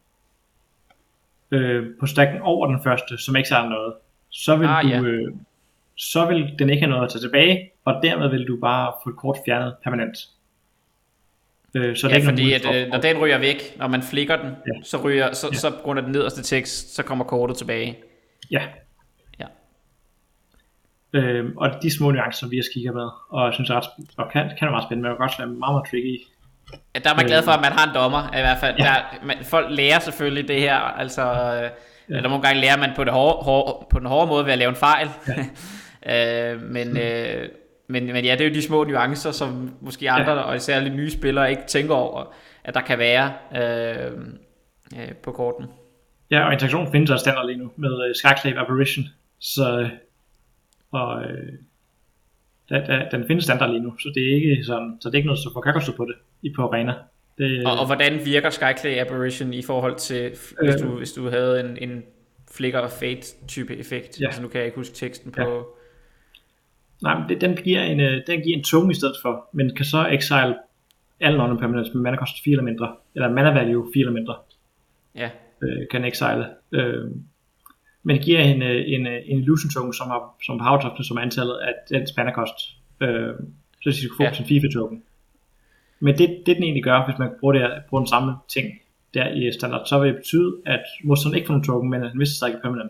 øh, på stacken over den første, som ikke er noget, så vil, ah, du, ja. øh, så vil den ikke have noget at tage tilbage, og dermed vil du bare få et kort fjernet permanent. Øh, så ja, det er fordi at, øh, når den ryger væk, når man flikker den, ja. så ryger, så, ja. så på grund af den nederste tekst, så kommer kortet tilbage. Ja. Ja. Øh, og de små nuancer, som vi har kigget med, og jeg synes ret, og kan, kan være meget spændende, men jeg kan godt være meget, meget tricky. Ja, der er man glad for, at man har en dommer, i hvert fald. Ja. Der, man, folk lærer selvfølgelig det her, altså, ja. eller nogle gange lærer man på, det hårde, hårde, på den hårde måde ved at lave en fejl. Ja. øh, men, mm. øh, men, men ja, det er jo de små nuancer, som måske andre, ja. og især lidt nye spillere, ikke tænker over, at der kan være øh, øh, på korten. Ja, og interaktionen findes også standard lige nu, med uh, Skyclave Apparition, så, og, øh, der, der, den findes standard lige nu, så det er ikke sådan, så det er ikke noget, så folk kan stå på det i på arena. Det, og, og hvordan virker Skyclave Apparition i forhold til, hvis, øh, du, hvis du havde en, en Flicker of Fate type effekt? Ja. Altså nu kan jeg ikke huske teksten på. Ja. Nej, men det, den, giver en, den giver en token i stedet for, men kan så exile alle non permanents med mana koster fire eller mindre, eller mana value fire eller mindre. Ja. Øh, kan exile. Øh, men det giver en, en, en illusion token, som har som power top, som er antallet af den mana kost. Øh, så hvis du kan få en FIFA token. Men det, det den egentlig gør, hvis man bruger, det, bruger den samme ting der i standard, så vil det betyde, at modstanderen ikke får nogen token, men den mister sig ikke permanent.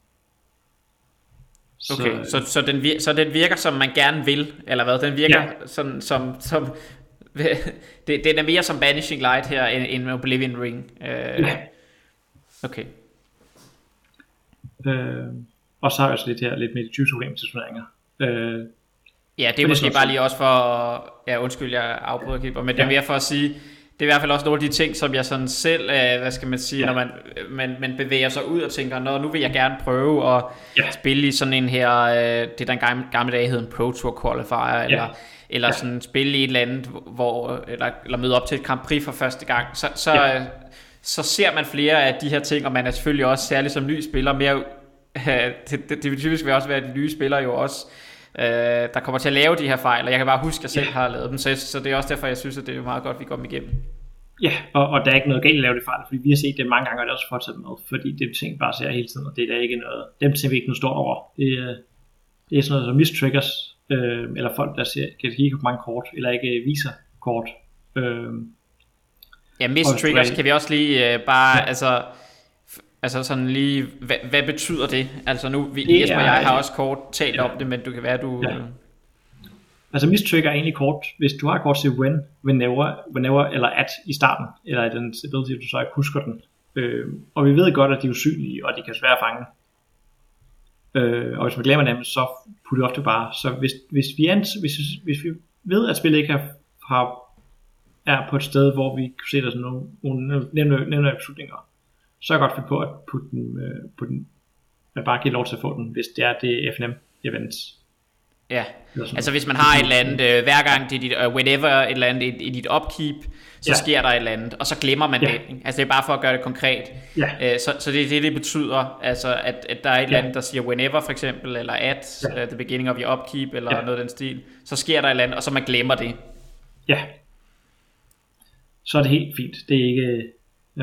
Okay, så, så, så, den virker, så den virker som man gerne vil, eller hvad? Den virker ja. sådan som, som det, den er mere som Banishing Light her end, end Oblivion Ring. Øh, ja. Okay. Øh, og så har jeg også lidt her lidt med de tyve problem til turneringer. Øh, ja, det er måske bare lige også for, ja undskyld jeg afbryder Kipper, men det er mere for at sige, det er i hvert fald også nogle af de ting, som jeg sådan selv, øh, hvad skal man sige, ja. når man, man, man bevæger sig ud og tænker, nå, nu vil jeg gerne prøve at ja. spille i sådan en her, øh, det der en gamle, gamle dag hed en Pro Tour Qualifier, eller, ja. eller sådan ja. spille i et eller andet, hvor, eller, eller møde op til et Grand Prix for første gang, så, så, ja. så ser man flere af de her ting, og man er selvfølgelig også, særligt som ny spiller, mere, øh, det, det, det vil typisk også være de nye spillere jo også, øh, der kommer til at lave de her fejl, og jeg kan bare huske, at jeg selv ja. har lavet dem, så, så det er også derfor, jeg synes, at det er meget godt, at vi går igennem. Ja, og, og der er ikke noget galt at lave det fejl, fordi vi har set det mange gange, og det er også fortsat med, fordi det er ting bare ser hele tiden, og det er der ikke noget, dem ser vi ikke noget stort over. Det, det er sådan noget som mistriggers, øh, eller folk der ser, kan kigge på mange kort, eller ikke viser kort. Øh, ja, mistriggers kan vi også lige øh, bare, ja. altså, altså sådan lige, hvad, hvad betyder det? Altså nu, vi, Jesper og jeg har også kort talt ja. om det, men du kan være, du... Ja. Altså mistrigger er egentlig kort, hvis du har et kort til when, whenever, whenever eller at i starten, eller i den ability, du så ikke husker den. Øh, og vi ved godt, at de er usynlige, og de kan svære at fange. Øh, og hvis man glemmer dem, så putter det ofte bare. Så hvis, hvis, vi, ans, hvis, hvis vi ved, at spillet ikke har, har er på et sted, hvor vi kan se der sådan nogle, nogle nævner beslutninger, så er jeg godt finde på at putte den, øh, på den, at bare give lov til at få den, hvis det er det F N M events. Ja, altså hvis man har et eller andet, øh, hver gang det er dit, uh, whenever et eller andet i, i dit upkeep, så ja. sker der et eller andet, og så glemmer man ja. det. Altså det er bare for at gøre det konkret. Ja. Øh, så, så det er det, det betyder, altså at, at der er et ja. eller andet, der siger whenever for eksempel, eller at ja. uh, the beginning of your upkeep, eller ja. noget af den stil. Så sker der et eller andet, og så man glemmer det. Ja. Så er det helt fint. Det er ikke, ja.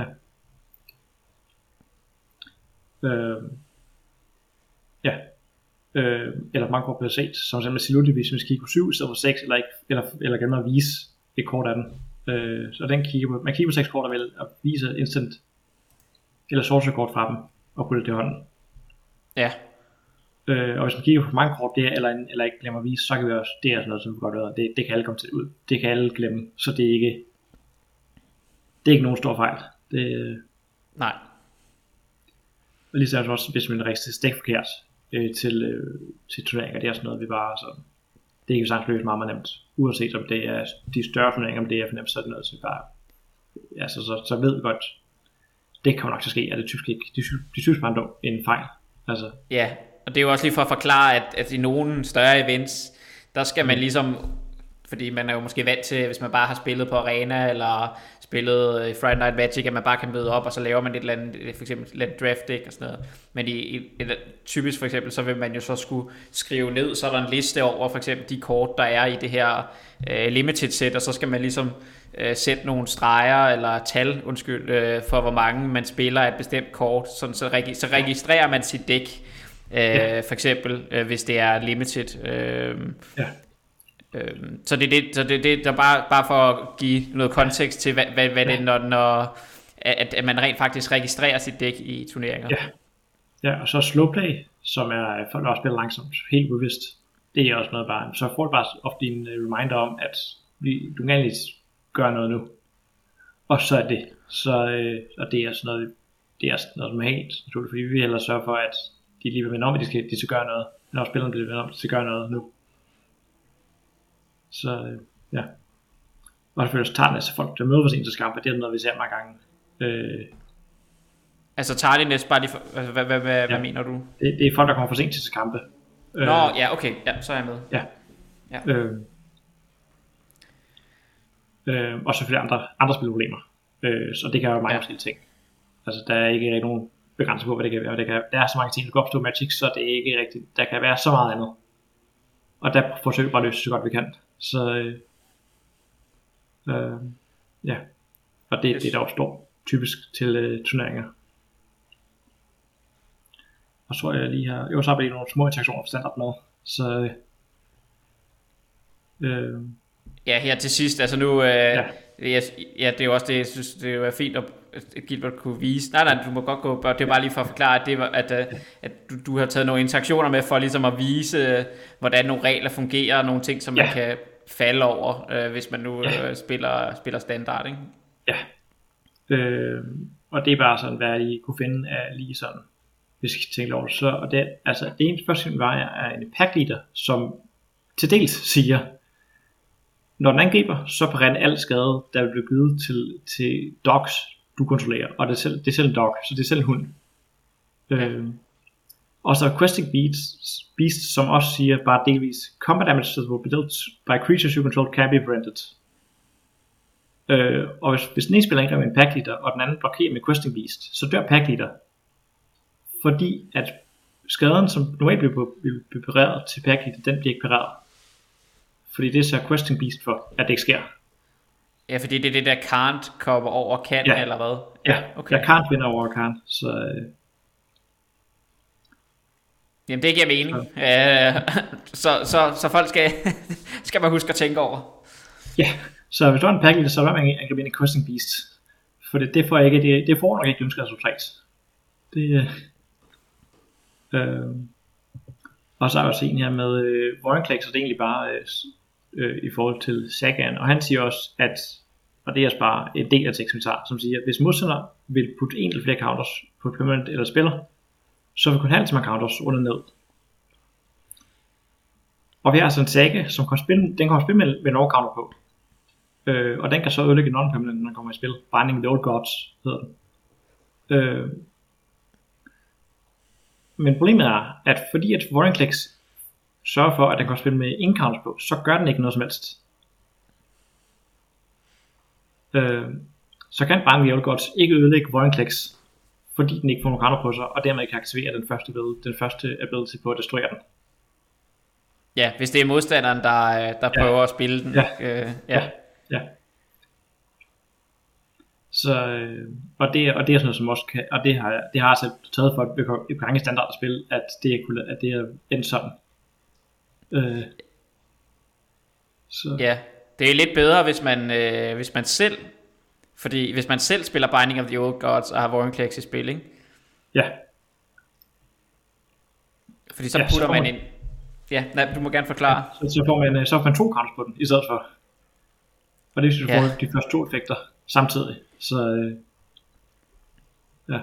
Øh, ja. Øh, eller mange kort bliver set, som simpelthen Siluti, hvis man kigger på syv i stedet for seks, eller, ikke, eller, eller glemmer at vise et kort af den. Øh, så den kigger på, man kigger på seks kort og vel at vise instant eller sorcerer kort fra dem og putte det i hånden. Ja. Øh, og hvis man kigger på mange kort der, eller, eller ikke glemmer at vise, så kan vi også, det er sådan noget, som vi godt ved, det, det kan alle komme til ud. Det kan alle glemme, så det er ikke, det er ikke nogen stor fejl. Det, nej. Og lige så også, hvis man rigtig stik forkert øh, til, øh, til turneringer, det er sådan noget, vi bare sådan, det kan jo sagtens løse meget, meget nemt. Uanset om det er de større turneringer, om det er for nemt, så er det noget, så vi bare, ja, så, så, så ved vi godt, det kommer nok til at ske, at det typisk ikke, de, de synes bare dog en fejl. Altså. Ja, og det er jo også lige for at forklare, at, at i nogle større events, der skal man ligesom, fordi man er jo måske vant til, hvis man bare har spillet på Arena, eller spillet i Friday Night Magic, at man bare kan møde op, og så laver man et eller andet, for eksempel et eller andet draft deck og sådan noget. Men i, i, typisk for eksempel, så vil man jo så skulle skrive ned, så er der en liste over for eksempel de kort, der er i det her uh, limited set, og så skal man ligesom uh, sætte nogle streger, eller tal, undskyld, uh, for hvor mange man spiller af et bestemt kort, sådan, så, regi- så registrerer man sit dæk, uh, ja. For eksempel, uh, hvis det er limited. Uh, ja. Så det er det, så det, det der bare bare for at give noget kontekst til hvad, hvad, hvad det er, når, når at, at man rent faktisk registrerer sit dæk i turneringer. Ja. Ja, og så slowplay, som er folk der også spiller langsomt, helt bevidst. Det er også noget bare, så får du bare ofte en reminder om at vi du kan egentlig gøre noget nu. Og så er det så øh, og det er sådan noget det er sådan noget som er helt naturligt, fordi vi vil hellere sørge for at de lige vil vende om, at de skal de skal gøre noget, når spillerne bliver vendt om, de skal gøre noget nu. Så øh, ja. Og selvfølgelig også tardiness, folk der møder for sent til kamp, det er noget vi ser mange gange. Øh, altså tardiness, bare lige for, altså, hvad, hvad, hvad, ja. hvad mener du? Det, det er folk der kommer for sent til kampe. Nå, øh, ja, okay, ja, så er jeg med. Ja. Ja. Øh, øh, og selvfølgelig andre andre spilproblemer. Øh, så det kan være mange ja. forskellige ting. Altså der er ikke rigtig nogen begrænser på hvad det kan være. Det kan, der er så mange ting der går op til Magic, så det er ikke rigtigt. Der kan være så meget andet. Og der forsøger vi bare at løse så godt vi kan. Så øh, øh, ja. Og det, yes. det er der opstår typisk til øh, turneringer. Og så er jeg lige her. Jo, så har vi lige nogle små interaktioner for standard med. Så øh, ja, her til sidst, altså nu øh, ja. Ja, ja, det er jo også det, jeg synes, det er fint at Gilbert kunne vise. Nej, nej, du må godt gå, det er bare lige for at forklare, at, det var, at, at du, du har taget nogle interaktioner med for ligesom at vise, hvordan nogle regler fungerer, og nogle ting, som ja. man kan falde over, øh, hvis man nu ja. øh, spiller, spiller standard, ikke? Ja. Øh, og det er bare sådan, hvad jeg lige kunne finde af lige sådan, hvis jeg tænker over det. Så, og det, altså, det eneste første ting var, er en pack leader, som til dels siger, når den angriber, så parenter al skade, der vil blive givet til, til dogs, du kontrollerer. Og det er selv, det er selv en dog, så det er selv en hund. Øh, og så er Questing Beast, Beast, som også siger bare delvis, combat damage that will be dealt by creatures you control can be prevented. Øh, og hvis, hvis den ene spiller angriber med en pack leader, og den anden blokerer med Questing Beast, så dør pack leader. Fordi at skaden, som normalt bliver pareret til pack leader, den bliver ikke pareret. Fordi det er så Questing Beast for, at det ikke sker. Ja, fordi det er det der can't cover over kan, ja. Eller hvad? Ja, okay. Jeg can't vinde over can't, så... Øh... Jamen det giver mening. Ja. Øh, så, så, så folk skal, skal man huske at tænke over. Ja, så hvis du har en package, så er man angribe ind i Questing Beast. For det, det får ikke, det, det får nok ikke ønsket resultat. Det... Øh... Og så er jeg også en her med øh, Warrenclake, så det er egentlig bare øh, øh, i forhold til Sagan. Og han siger også, at, og det er også bare en del af teksten, vi tager, som siger, at hvis modstander vil putte en eller flere counters på et permanent eller spiller, så vil kun have så mange counters under ned. Og vi har altså en Saga, som kan spille, den kan spille med, med en overcounter på. Øh, og den kan så ødelægge non-permanent, når den kommer i spil. Binding the Old Gods hedder den. Øh, men problemet er, at fordi at Vorinclex sørger for, at den kan spille med incounters på, så gør den ikke noget som helst. Øh, så kan Binding the Old Gods ikke ødelægge Vorinclex, fordi den ikke får nogen counter på sig, og dermed ikke aktivere den første, ability, den første ability på at destruere den. Ja, hvis det er modstanderen, der, der ja. prøver at spille den. Ja, øh, ja. ja. ja. Så, øh, og, det, og det er sådan noget, som også kan, og det har, det har jeg altså taget for et gange standardspil, at det er, at det er endt sådan. Øh, så. Ja, det er lidt bedre, hvis man, øh, hvis man selv, fordi hvis man selv spiller Binding of the Old Gods og har Vorinclex i spil, ikke? Ja. Fordi så ja, putter så man, man ind. Ja, nej, du må gerne forklare. Ja, så, så, får man, så får man to counters på den i stedet for. Og det er, hvis du ja. får de første to effekter samtidig. Så øh, ja.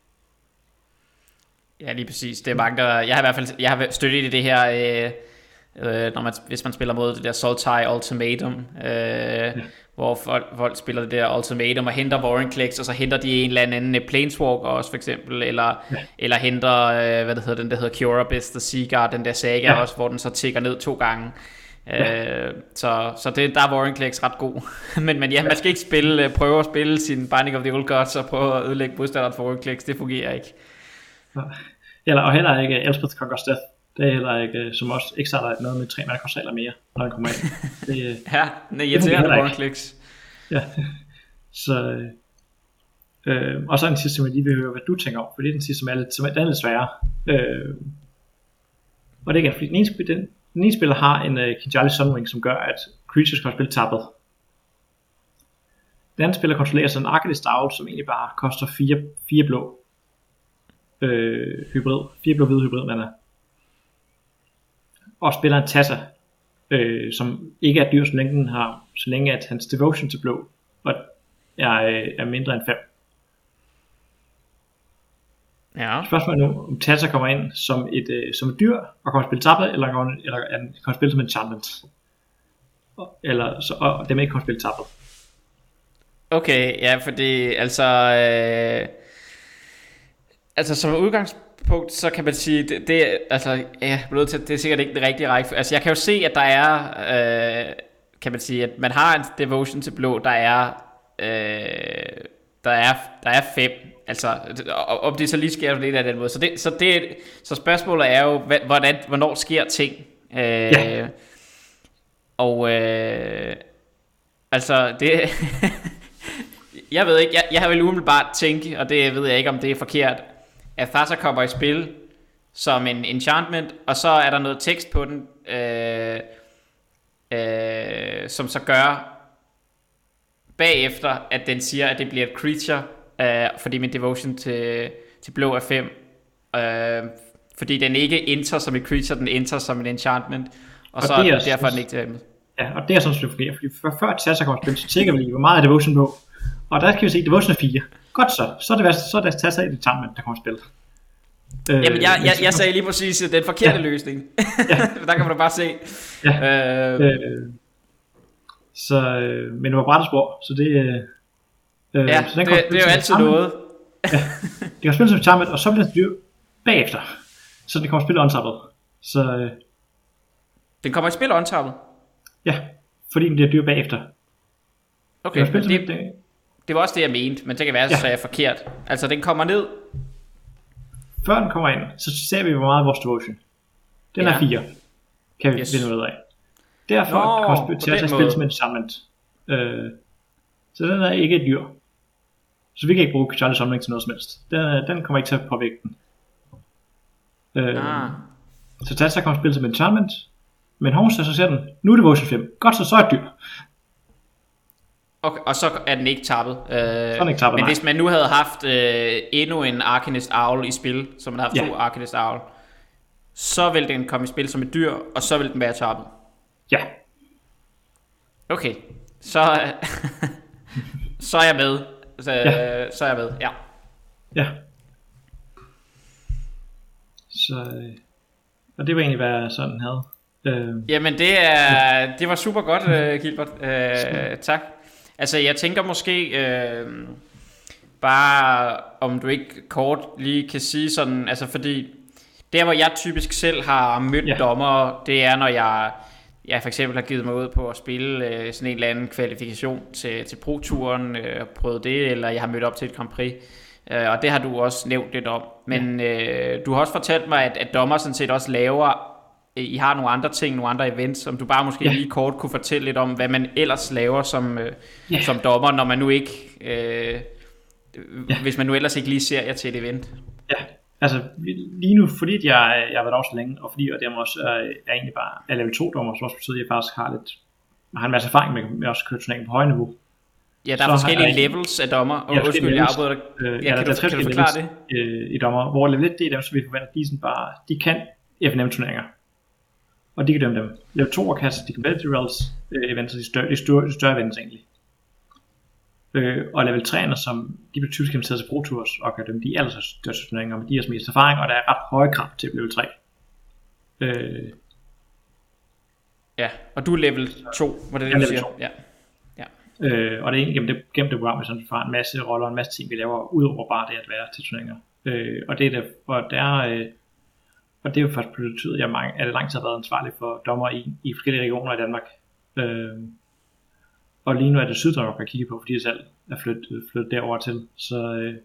Ja, lige præcis. Det er mange, der, jeg har i hvert fald jeg har støttet i det her, øh, øh, når man, hvis man spiller mod det der Sultai Ultimatum, øh, ja. hvor folk, folk spiller det der Ultimatum og henter Vorinclex, og så henter de en eller anden Planeswalker også for eksempel, eller, ja. eller henter, øh, hvad det hedder, den der hedder Cure Abyss, der Seaguard, den der saga ja. også, hvor den så tikker ned to gange. Ja. Øh, så så det, der er Vorinclex ret god. men, men ja, man skal ikke spille, prøve at spille sin Binding of the Old Gods og prøve at ødelægge modstanderen for Vorinclex, det fungerer ikke. Ja. Eller, og heller ikke Elspeth Conquers Death. Det er heller ikke, som også ikke starter noget med tre mana koster eller mere, når den kommer ind. Det, ja, det er irriterende Vorinclex. Ja, så øh, og så en sidste, som jeg lige vil høre, hvad du tænker om, for det er den sidste, som er lidt, som er, den er lidt sværere. Øh, og det er ikke, fordi den ene, den, den ene spiller har en uh, Kinjali Sunwing, som gør, at creatures kan spille tappet. Den anden spiller kontrollerer sådan en Arcanist Owl, som egentlig bare koster fire, fire blå øh, hybrid, fire blå hvide hybrid mana. Og spiller en Tassa, øh, som ikke er dyr, så længe den har, så længe at hans devotion til blå er, er mindre end fem. Ja. Spørgsmålet er nu, om Tassa kommer ind som et, øh, som et dyr, og kommer spille tappet, eller kommer, eller kommer spille som en enchantment. Eller, så, og dem ikke kommer spille tappet. Okay, ja, fordi altså, øh, altså som udgangspunkt, så kan man sige, det, det altså, ja, det er sikkert ikke det rigtige række. Altså jeg kan jo se, at der er, øh, kan man sige, at man har en devotion til blå, der er, øh, der er, der er fem. Altså, om det så lige sker lidt af den måde. Så, det, så, det, så spørgsmålet er jo, hvordan, hvornår sker ting? Øh, ja. Og øh, altså, det jeg ved ikke, jeg, jeg har vel umiddelbart tænke, og det ved jeg ikke, om det er forkert, at Thassa kommer i spil som en enchantment, og så er der noget tekst på den, øh, øh, som så gør bagefter, at den siger, at det bliver et creature, øh, fordi min devotion til, til blå er fem, øh, fordi den ikke enter som et creature, den enter som en enchantment, og, og så er det derfor den ikke til. Ja, og det er sådan, det fungerer, fordi før, før Tassa kommer i spil, så tjekker vi lige, hvor meget er devotion på. Og der kan vi se, at devotion er fire. Godt så, så er det, så er det Tassa i det enchantment, der kommer i spil. Øh, Jamen jeg, jeg, jeg sagde lige præcis den forkerte ja. løsning. Ja. Der kan man da bare se. Ja. Øh, øh, så, øh, men det var brættespor, så det... Øh, ja, så den det, det er jo altid noget. Ja, det kan spille som enchantment, og så bliver det dyr bagefter. Så det kommer at spille untappet. Så... Øh, den kommer i spil untappet? Ja, fordi den bliver dyr bagefter. Okay, det, det, det, det var også det jeg mente, men det kan være, ja. så er jeg forkert. Altså den kommer ned. Før den kommer ind, så ser vi hvor meget af vores devotion. Den ja. er fire. Kan vi yes. finde ud af. Derfor Nå, kommer til at spille som en enchantment. Øh, så den er ikke et dyr. Så vi kan ikke bruge Charlie Summoning til noget som helst. Den, den kommer ikke til at påvirke den. Øh, ah. Så Tassa kommer spille som en enchantment. Men Hornstead så ser den, nu er det devotion fem. Godt, så så er et dyr. Okay, og så er den ikke tappet. Øh, så er den ikke tappet, men nej. Hvis man nu havde haft øh, endnu en Arcanist Owl i spil, så man havde haft ja. to Arcanist Owl, så vil den komme i spil som et dyr, og så vil den være tappet. Ja. Okay, så, så er jeg med. Så, ja. så er jeg med, ja. Ja. Så, og det var egentlig, hvad sådan havde. Øh, Jamen det er det var super godt, uh, Gilbert. Uh, tak. Altså jeg tænker måske uh, bare om du ikke kort lige kan sige sådan, altså fordi der hvor jeg typisk selv har mødt ja. dommer, det er når jeg jeg for eksempel har givet mig ud på at spille uh, sådan en eller anden kvalifikation til, til Pro-turen, uh, prøvet det, eller jeg har mødt op til et Grand Prix. Uh, og det har du også nævnt lidt om. Men ja. uh, du har også fortalt mig, at, at dommer sådan set også laver, I har nogle andre ting, nogle andre events, som du bare måske ja. lige kort kunne fortælle lidt om, hvad man ellers laver som, uh, ja. som dommer, når man nu ikke, uh, ja. hvis man nu ellers ikke lige ser jer til et event. Ja, altså lige nu, fordi jeg, jeg har været over så længe, og fordi jeg dermed også er, er egentlig bare er level to dommer, så også betyder, at jeg faktisk har lidt, har en masse erfaring med, med også at køre turneringen på høje niveau. Ja, der er så forskellige jeg, levels af dommer, og ja, undskyld, jeg afbryder dig. Øh, ja, ja, kan, der, du, der kan du forklare levels, det? Øh, i dommer, hvor level et, det er dem, som vi forventer, de, sådan bare, de kan F N M-turneringer. Og de kan dømme dem. Level to kan de competitive realms øh, events, de større, de større, de større events egentlig. Øh, og level tre'erne, som de bliver typisk inviteret til Pro Tours og kan dømme de allerstørste turneringer, men de har mest erfaring, og der er ret høje krav til level tre. Øh, ja, og du er level to, hvad er det, du siger? Ja. Øh, og det er egentlig gennem det, gennem det program, som vi får en masse roller og en masse ting, vi laver, ud over bare det at være til turneringer. Øh, og det er det, og der, øh, og det er jo faktisk betydet, at jeg mange, at det lang tid har været ansvarlig for dommer i, i forskellige regioner i Danmark. Øh, og lige nu er det Syddanmark, jeg kigger på, fordi jeg selv er flyttet, flyttet derover til. Så, øh,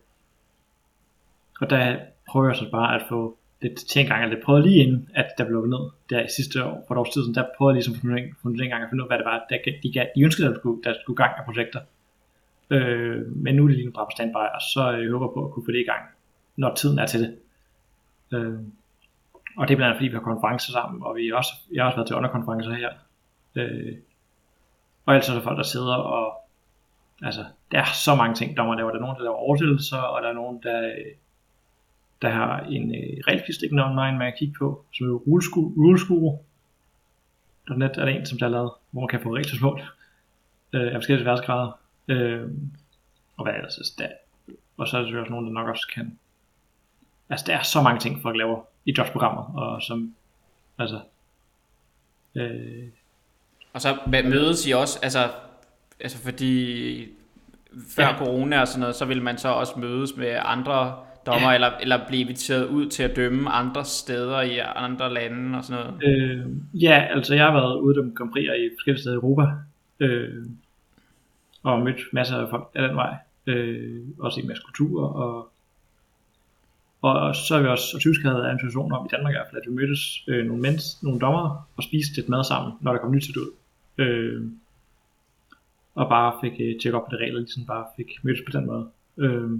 og der prøver jeg så bare at få det til en gang, at det prøvede lige inden, at der blev ned der i sidste år, for et års tid siden, der prøvede jeg ligesom for en gang at finde ud af, hvad det var, der, de, de, de ønskede, at der skulle, der skulle gang af projekter. Øh, men nu er det lige nu bare på standby, og så jeg håber på at kunne få det i gang, når tiden er til det. Øh, og det er blandt andet, fordi vi har konferencer sammen, og vi også, jeg har også været til underkonferencer her. Øh, og ellers er der folk, der sidder og, altså, der er så mange ting, dommer laver. Der er nogen, der laver oversættelser, og der er nogen, der der har en øh, regelfystik online, man kan kigge på, som er Ruleschool. Der er net er der en, som der er lavet, hvor man kan få regelgsmål øh, af forskellige sværhedsgrader. Øh, og hvad ellers er der? Og så er der selvfølgelig også nogen, der nok også kan. Altså, der er så mange ting, folk laver i jobprogrammet, og som, altså. Øh, og så mødes I også, altså, altså fordi før ja. corona og sådan noget, så vil man så også mødes med andre dommer, ja. eller, eller blive inviteret ud til at dømme andre steder i andre lande og sådan noget? Øh, ja, altså jeg har været ude og dømme Grand Prix'er i forskellige steder i Europa, øh, og mødt masser af folk af den vej, øh, også i en masse kulturer, og, og så har vi også, og tysk havde en situation om i Danmark i hvert fald, at vi mødtes øh, nogle, mens, nogle dommer og spiste lidt mad sammen, når der kom nyt til ud, øh, og bare fik øh, tjekket op på det regler, ligesom bare fik mødtes på den måde. Øh,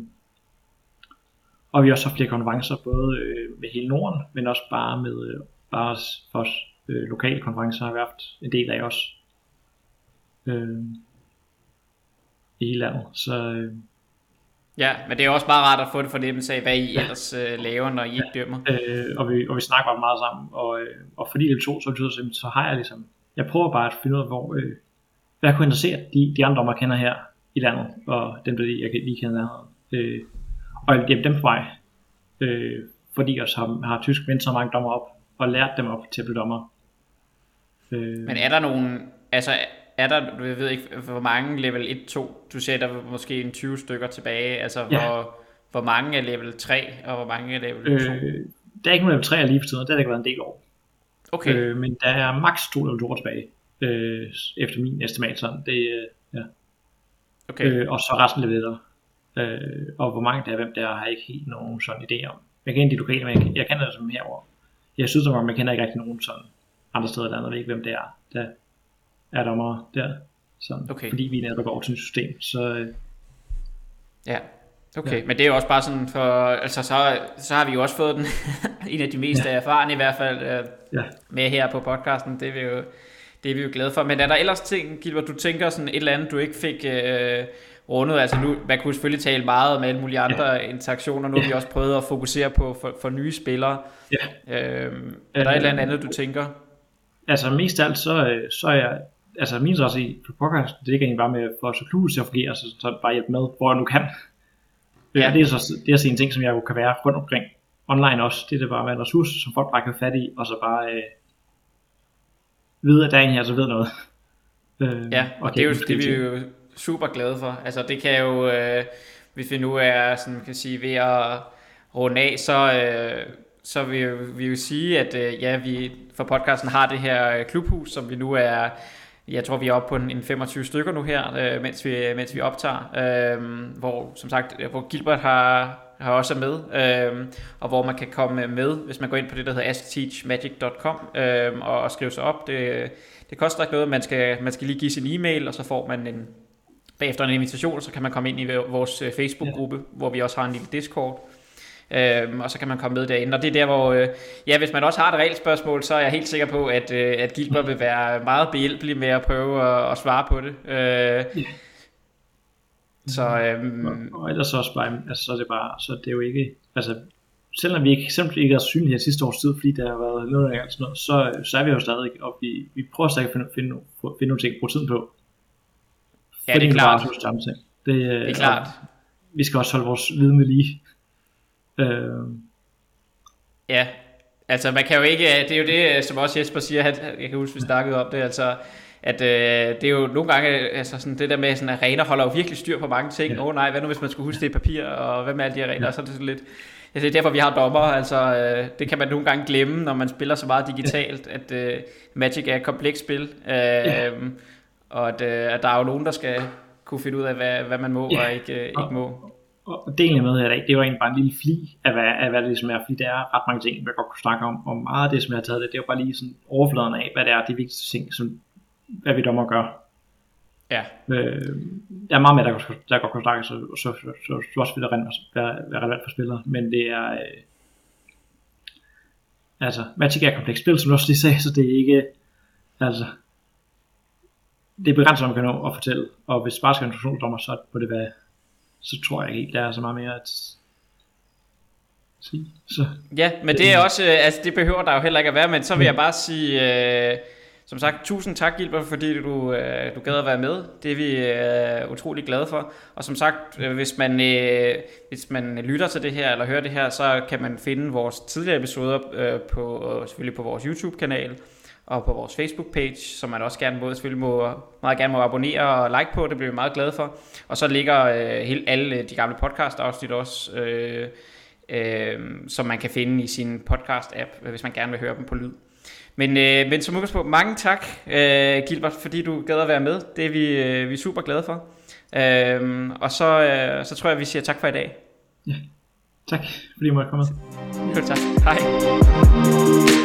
Og vi har også haft flere konferencer, både øh, med hele Norden, men også bare med øh, bare for os øh, lokale konferencer har vi haft en del af os øh, i hele landet. Så, øh, ja, men det er også meget rart at få det fornemmelse af, hvad I ja. ellers øh, laver, når I ikke dømmer. Øh, og, vi, og vi snakker bare meget sammen, og, øh, og fordi det er to, så betyder det, så har jeg ligesom, jeg prøver bare at finde ud af, hvor, øh, hvad jeg kunne interessere de, de andre dommer kender her i landet, og dem, der jeg lige kender øh, og hjælpe dem på vej, øh, fordi jeg også har, har tysk vendt så mange dommer op, og lært dem op til at blive dommer. Øh. Men er der nogen, altså er der, jeg ved ikke, hvor mange level et, to, du siger, der er måske en tyve stykker tilbage, altså ja. hvor, hvor mange er level tre, og hvor mange er level to? Øh, der er ikke nogen level tre lige for tiden, det har der ikke været en del år. Okay. Øh, men der er maks to level to tilbage, øh, efter min estimat sådan, det ja. Okay. Øh, og så resten level etter. Øh, og hvor mange der er, hvem der har jeg ikke helt nogen sådan idé om. Jeg kender de lokale, men jeg, jeg kender det som herovre. Jeg synes, at man kender ikke rigtig nogen sådan andre steder i landet, jeg ved ikke hvem det er, der er dommere der, sådan, okay. Fordi vi netop går til et system, så øh, ja, okay, ja. Men det er jo også bare sådan for, altså så, så har vi jo også fået den, en af de mest ja. erfarne i hvert fald, øh, ja. med her på podcasten, det er vi jo, det er vi jo glade for, men er der ellers ting, Gilbert, du tænker sådan et eller andet, du ikke fik øh, rundet, altså nu, man kunne selvfølgelig tale meget om alle mulige andre ja. interaktioner, nu har ja. vi også prøvet at fokusere på for, for nye spillere, ja. øhm, er der øh, et eller andet, du tænker? Altså mest af alt, så, så er jeg, altså min også i podcast, det ligger egentlig bare med for så klus til at fungere, så, så bare hjælpe med, hvor jeg nu kan. Ja. Det er så det er så en ting, som jeg jo kan være rundt omkring online også, det er det bare med en ressource, som folk bare kan få fat i, og så bare, øh, vide, at der er en her, der ved noget. Øh, ja, og det er jo det, vi er jo super glade for. Altså det kan jo, øh, hvis vi nu er sådan, kan sige, ved at runde af, så, øh, så vil vi jo sige, at øh, ja, vi for podcasten har det her klubhus, som vi nu er, jeg tror vi er oppe på en, en femogtyve stykker nu her, øh, mens, vi, mens vi optager, øh, hvor som sagt, hvor Gilbert har, har også med, øh, og hvor man kan komme med, hvis man går ind på det, der hedder ask teach magic dot com øh, og, og skrive sig op. Det, det koster ikke noget, man skal, man skal lige give sin e-mail, og så får man en, bagefter en invitation, så kan man komme ind i vores Facebook-gruppe, ja. Hvor vi også har en lille Discord. Øhm, og så kan man komme med derinde, og det er der hvor øh, ja, hvis man også har et reelt spørgsmål, så er jeg helt sikker på at, øh, at Gilbert vil være meget behjælpelig med at prøve at, at svare på det. øh, yeah. Så øhm, og, og ellers også bare, altså, så er det bare, så det er jo ikke, altså selvom vi ikke, eksempelvis ikke er synlige her sidste års tid, fordi der har været noget af sådan noget, så, så er vi jo stadig, og vi, vi prøver stadig at finde, finde, finde nogle ting at bruge tiden på. Ja, det er klart. Det, det er klart. Vi skal også holde vores viden med lige. Øh. Ja, altså man kan jo ikke, det er jo det, som også Jesper siger, at, jeg kan huske, vi snakkede om det, altså at øh, det er jo nogle gange, altså sådan det der med sådan arena holder jo virkelig styr på mange ting. Åh ja. oh, nej, hvad nu hvis man skulle huske det i papir, og hvad med alle de her regler, ja. Så er det sådan lidt, altså det er derfor vi har dommer, altså øh, det kan man nogle gange glemme, når man spiller så meget digitalt, ja. At øh, Magic er et komplekst spil, øh, ja. Og at, øh, at der er jo nogen, der skal kunne finde ud af, hvad, hvad man må ja. Og ikke, øh, ikke må. Og det egentlig med her, det er jo egentlig bare en lille fli af hvad, af hvad det ligesom er, fordi der er ret mange ting, jeg godt kunne snakke om, og meget af det, som jeg har taget det, det er jo bare lige sådan overfladen af, hvad det er, de vigtigste ting, som, hvad vi dommer gør. Ja. Øh, der er meget mere, der, der godt kunne snakke, så, så, så, så, så, så også vil det være, være relevant for spillere, men det er, øh, altså, Magic er komplekst spil, som du også lige sagde, så det er ikke, altså, det er begrænset, man kan nå at fortælle, og hvis bare skal en instruktionsdommer, så må det være, så tror jeg ikke, der er så meget mere at sige. Så. Ja, men det er også, altså det behøver der jo heller ikke at være, men så vil jeg bare sige, øh, som sagt, tusind tak Gilbert, fordi du, øh, du gad at være med. Det er vi øh, utrolig glade for. Og som sagt, øh, hvis, man, øh, hvis man lytter til det her, eller hører det her, så kan man finde vores tidligere episoder øh, på, øh, selvfølgelig på vores YouTube-kanal, og på vores Facebook-page, som man også gerne må, selvfølgelig må, meget gerne må abonnere og like på, det bliver vi meget glade for. Og så ligger øh, helt alle de gamle podcast-afsnit også, øh, øh, som man kan finde i sin podcast-app, hvis man gerne vil høre dem på lyd. Men, øh, men som udgangspunkt, mange tak, øh, Gilbert, fordi du gad at være med. Det er vi, øh, vi er super glade for. Øh, og så, øh, så tror jeg, vi siger tak for i dag. Ja, tak fordi I måtte komme med. Jo, tak. Hej.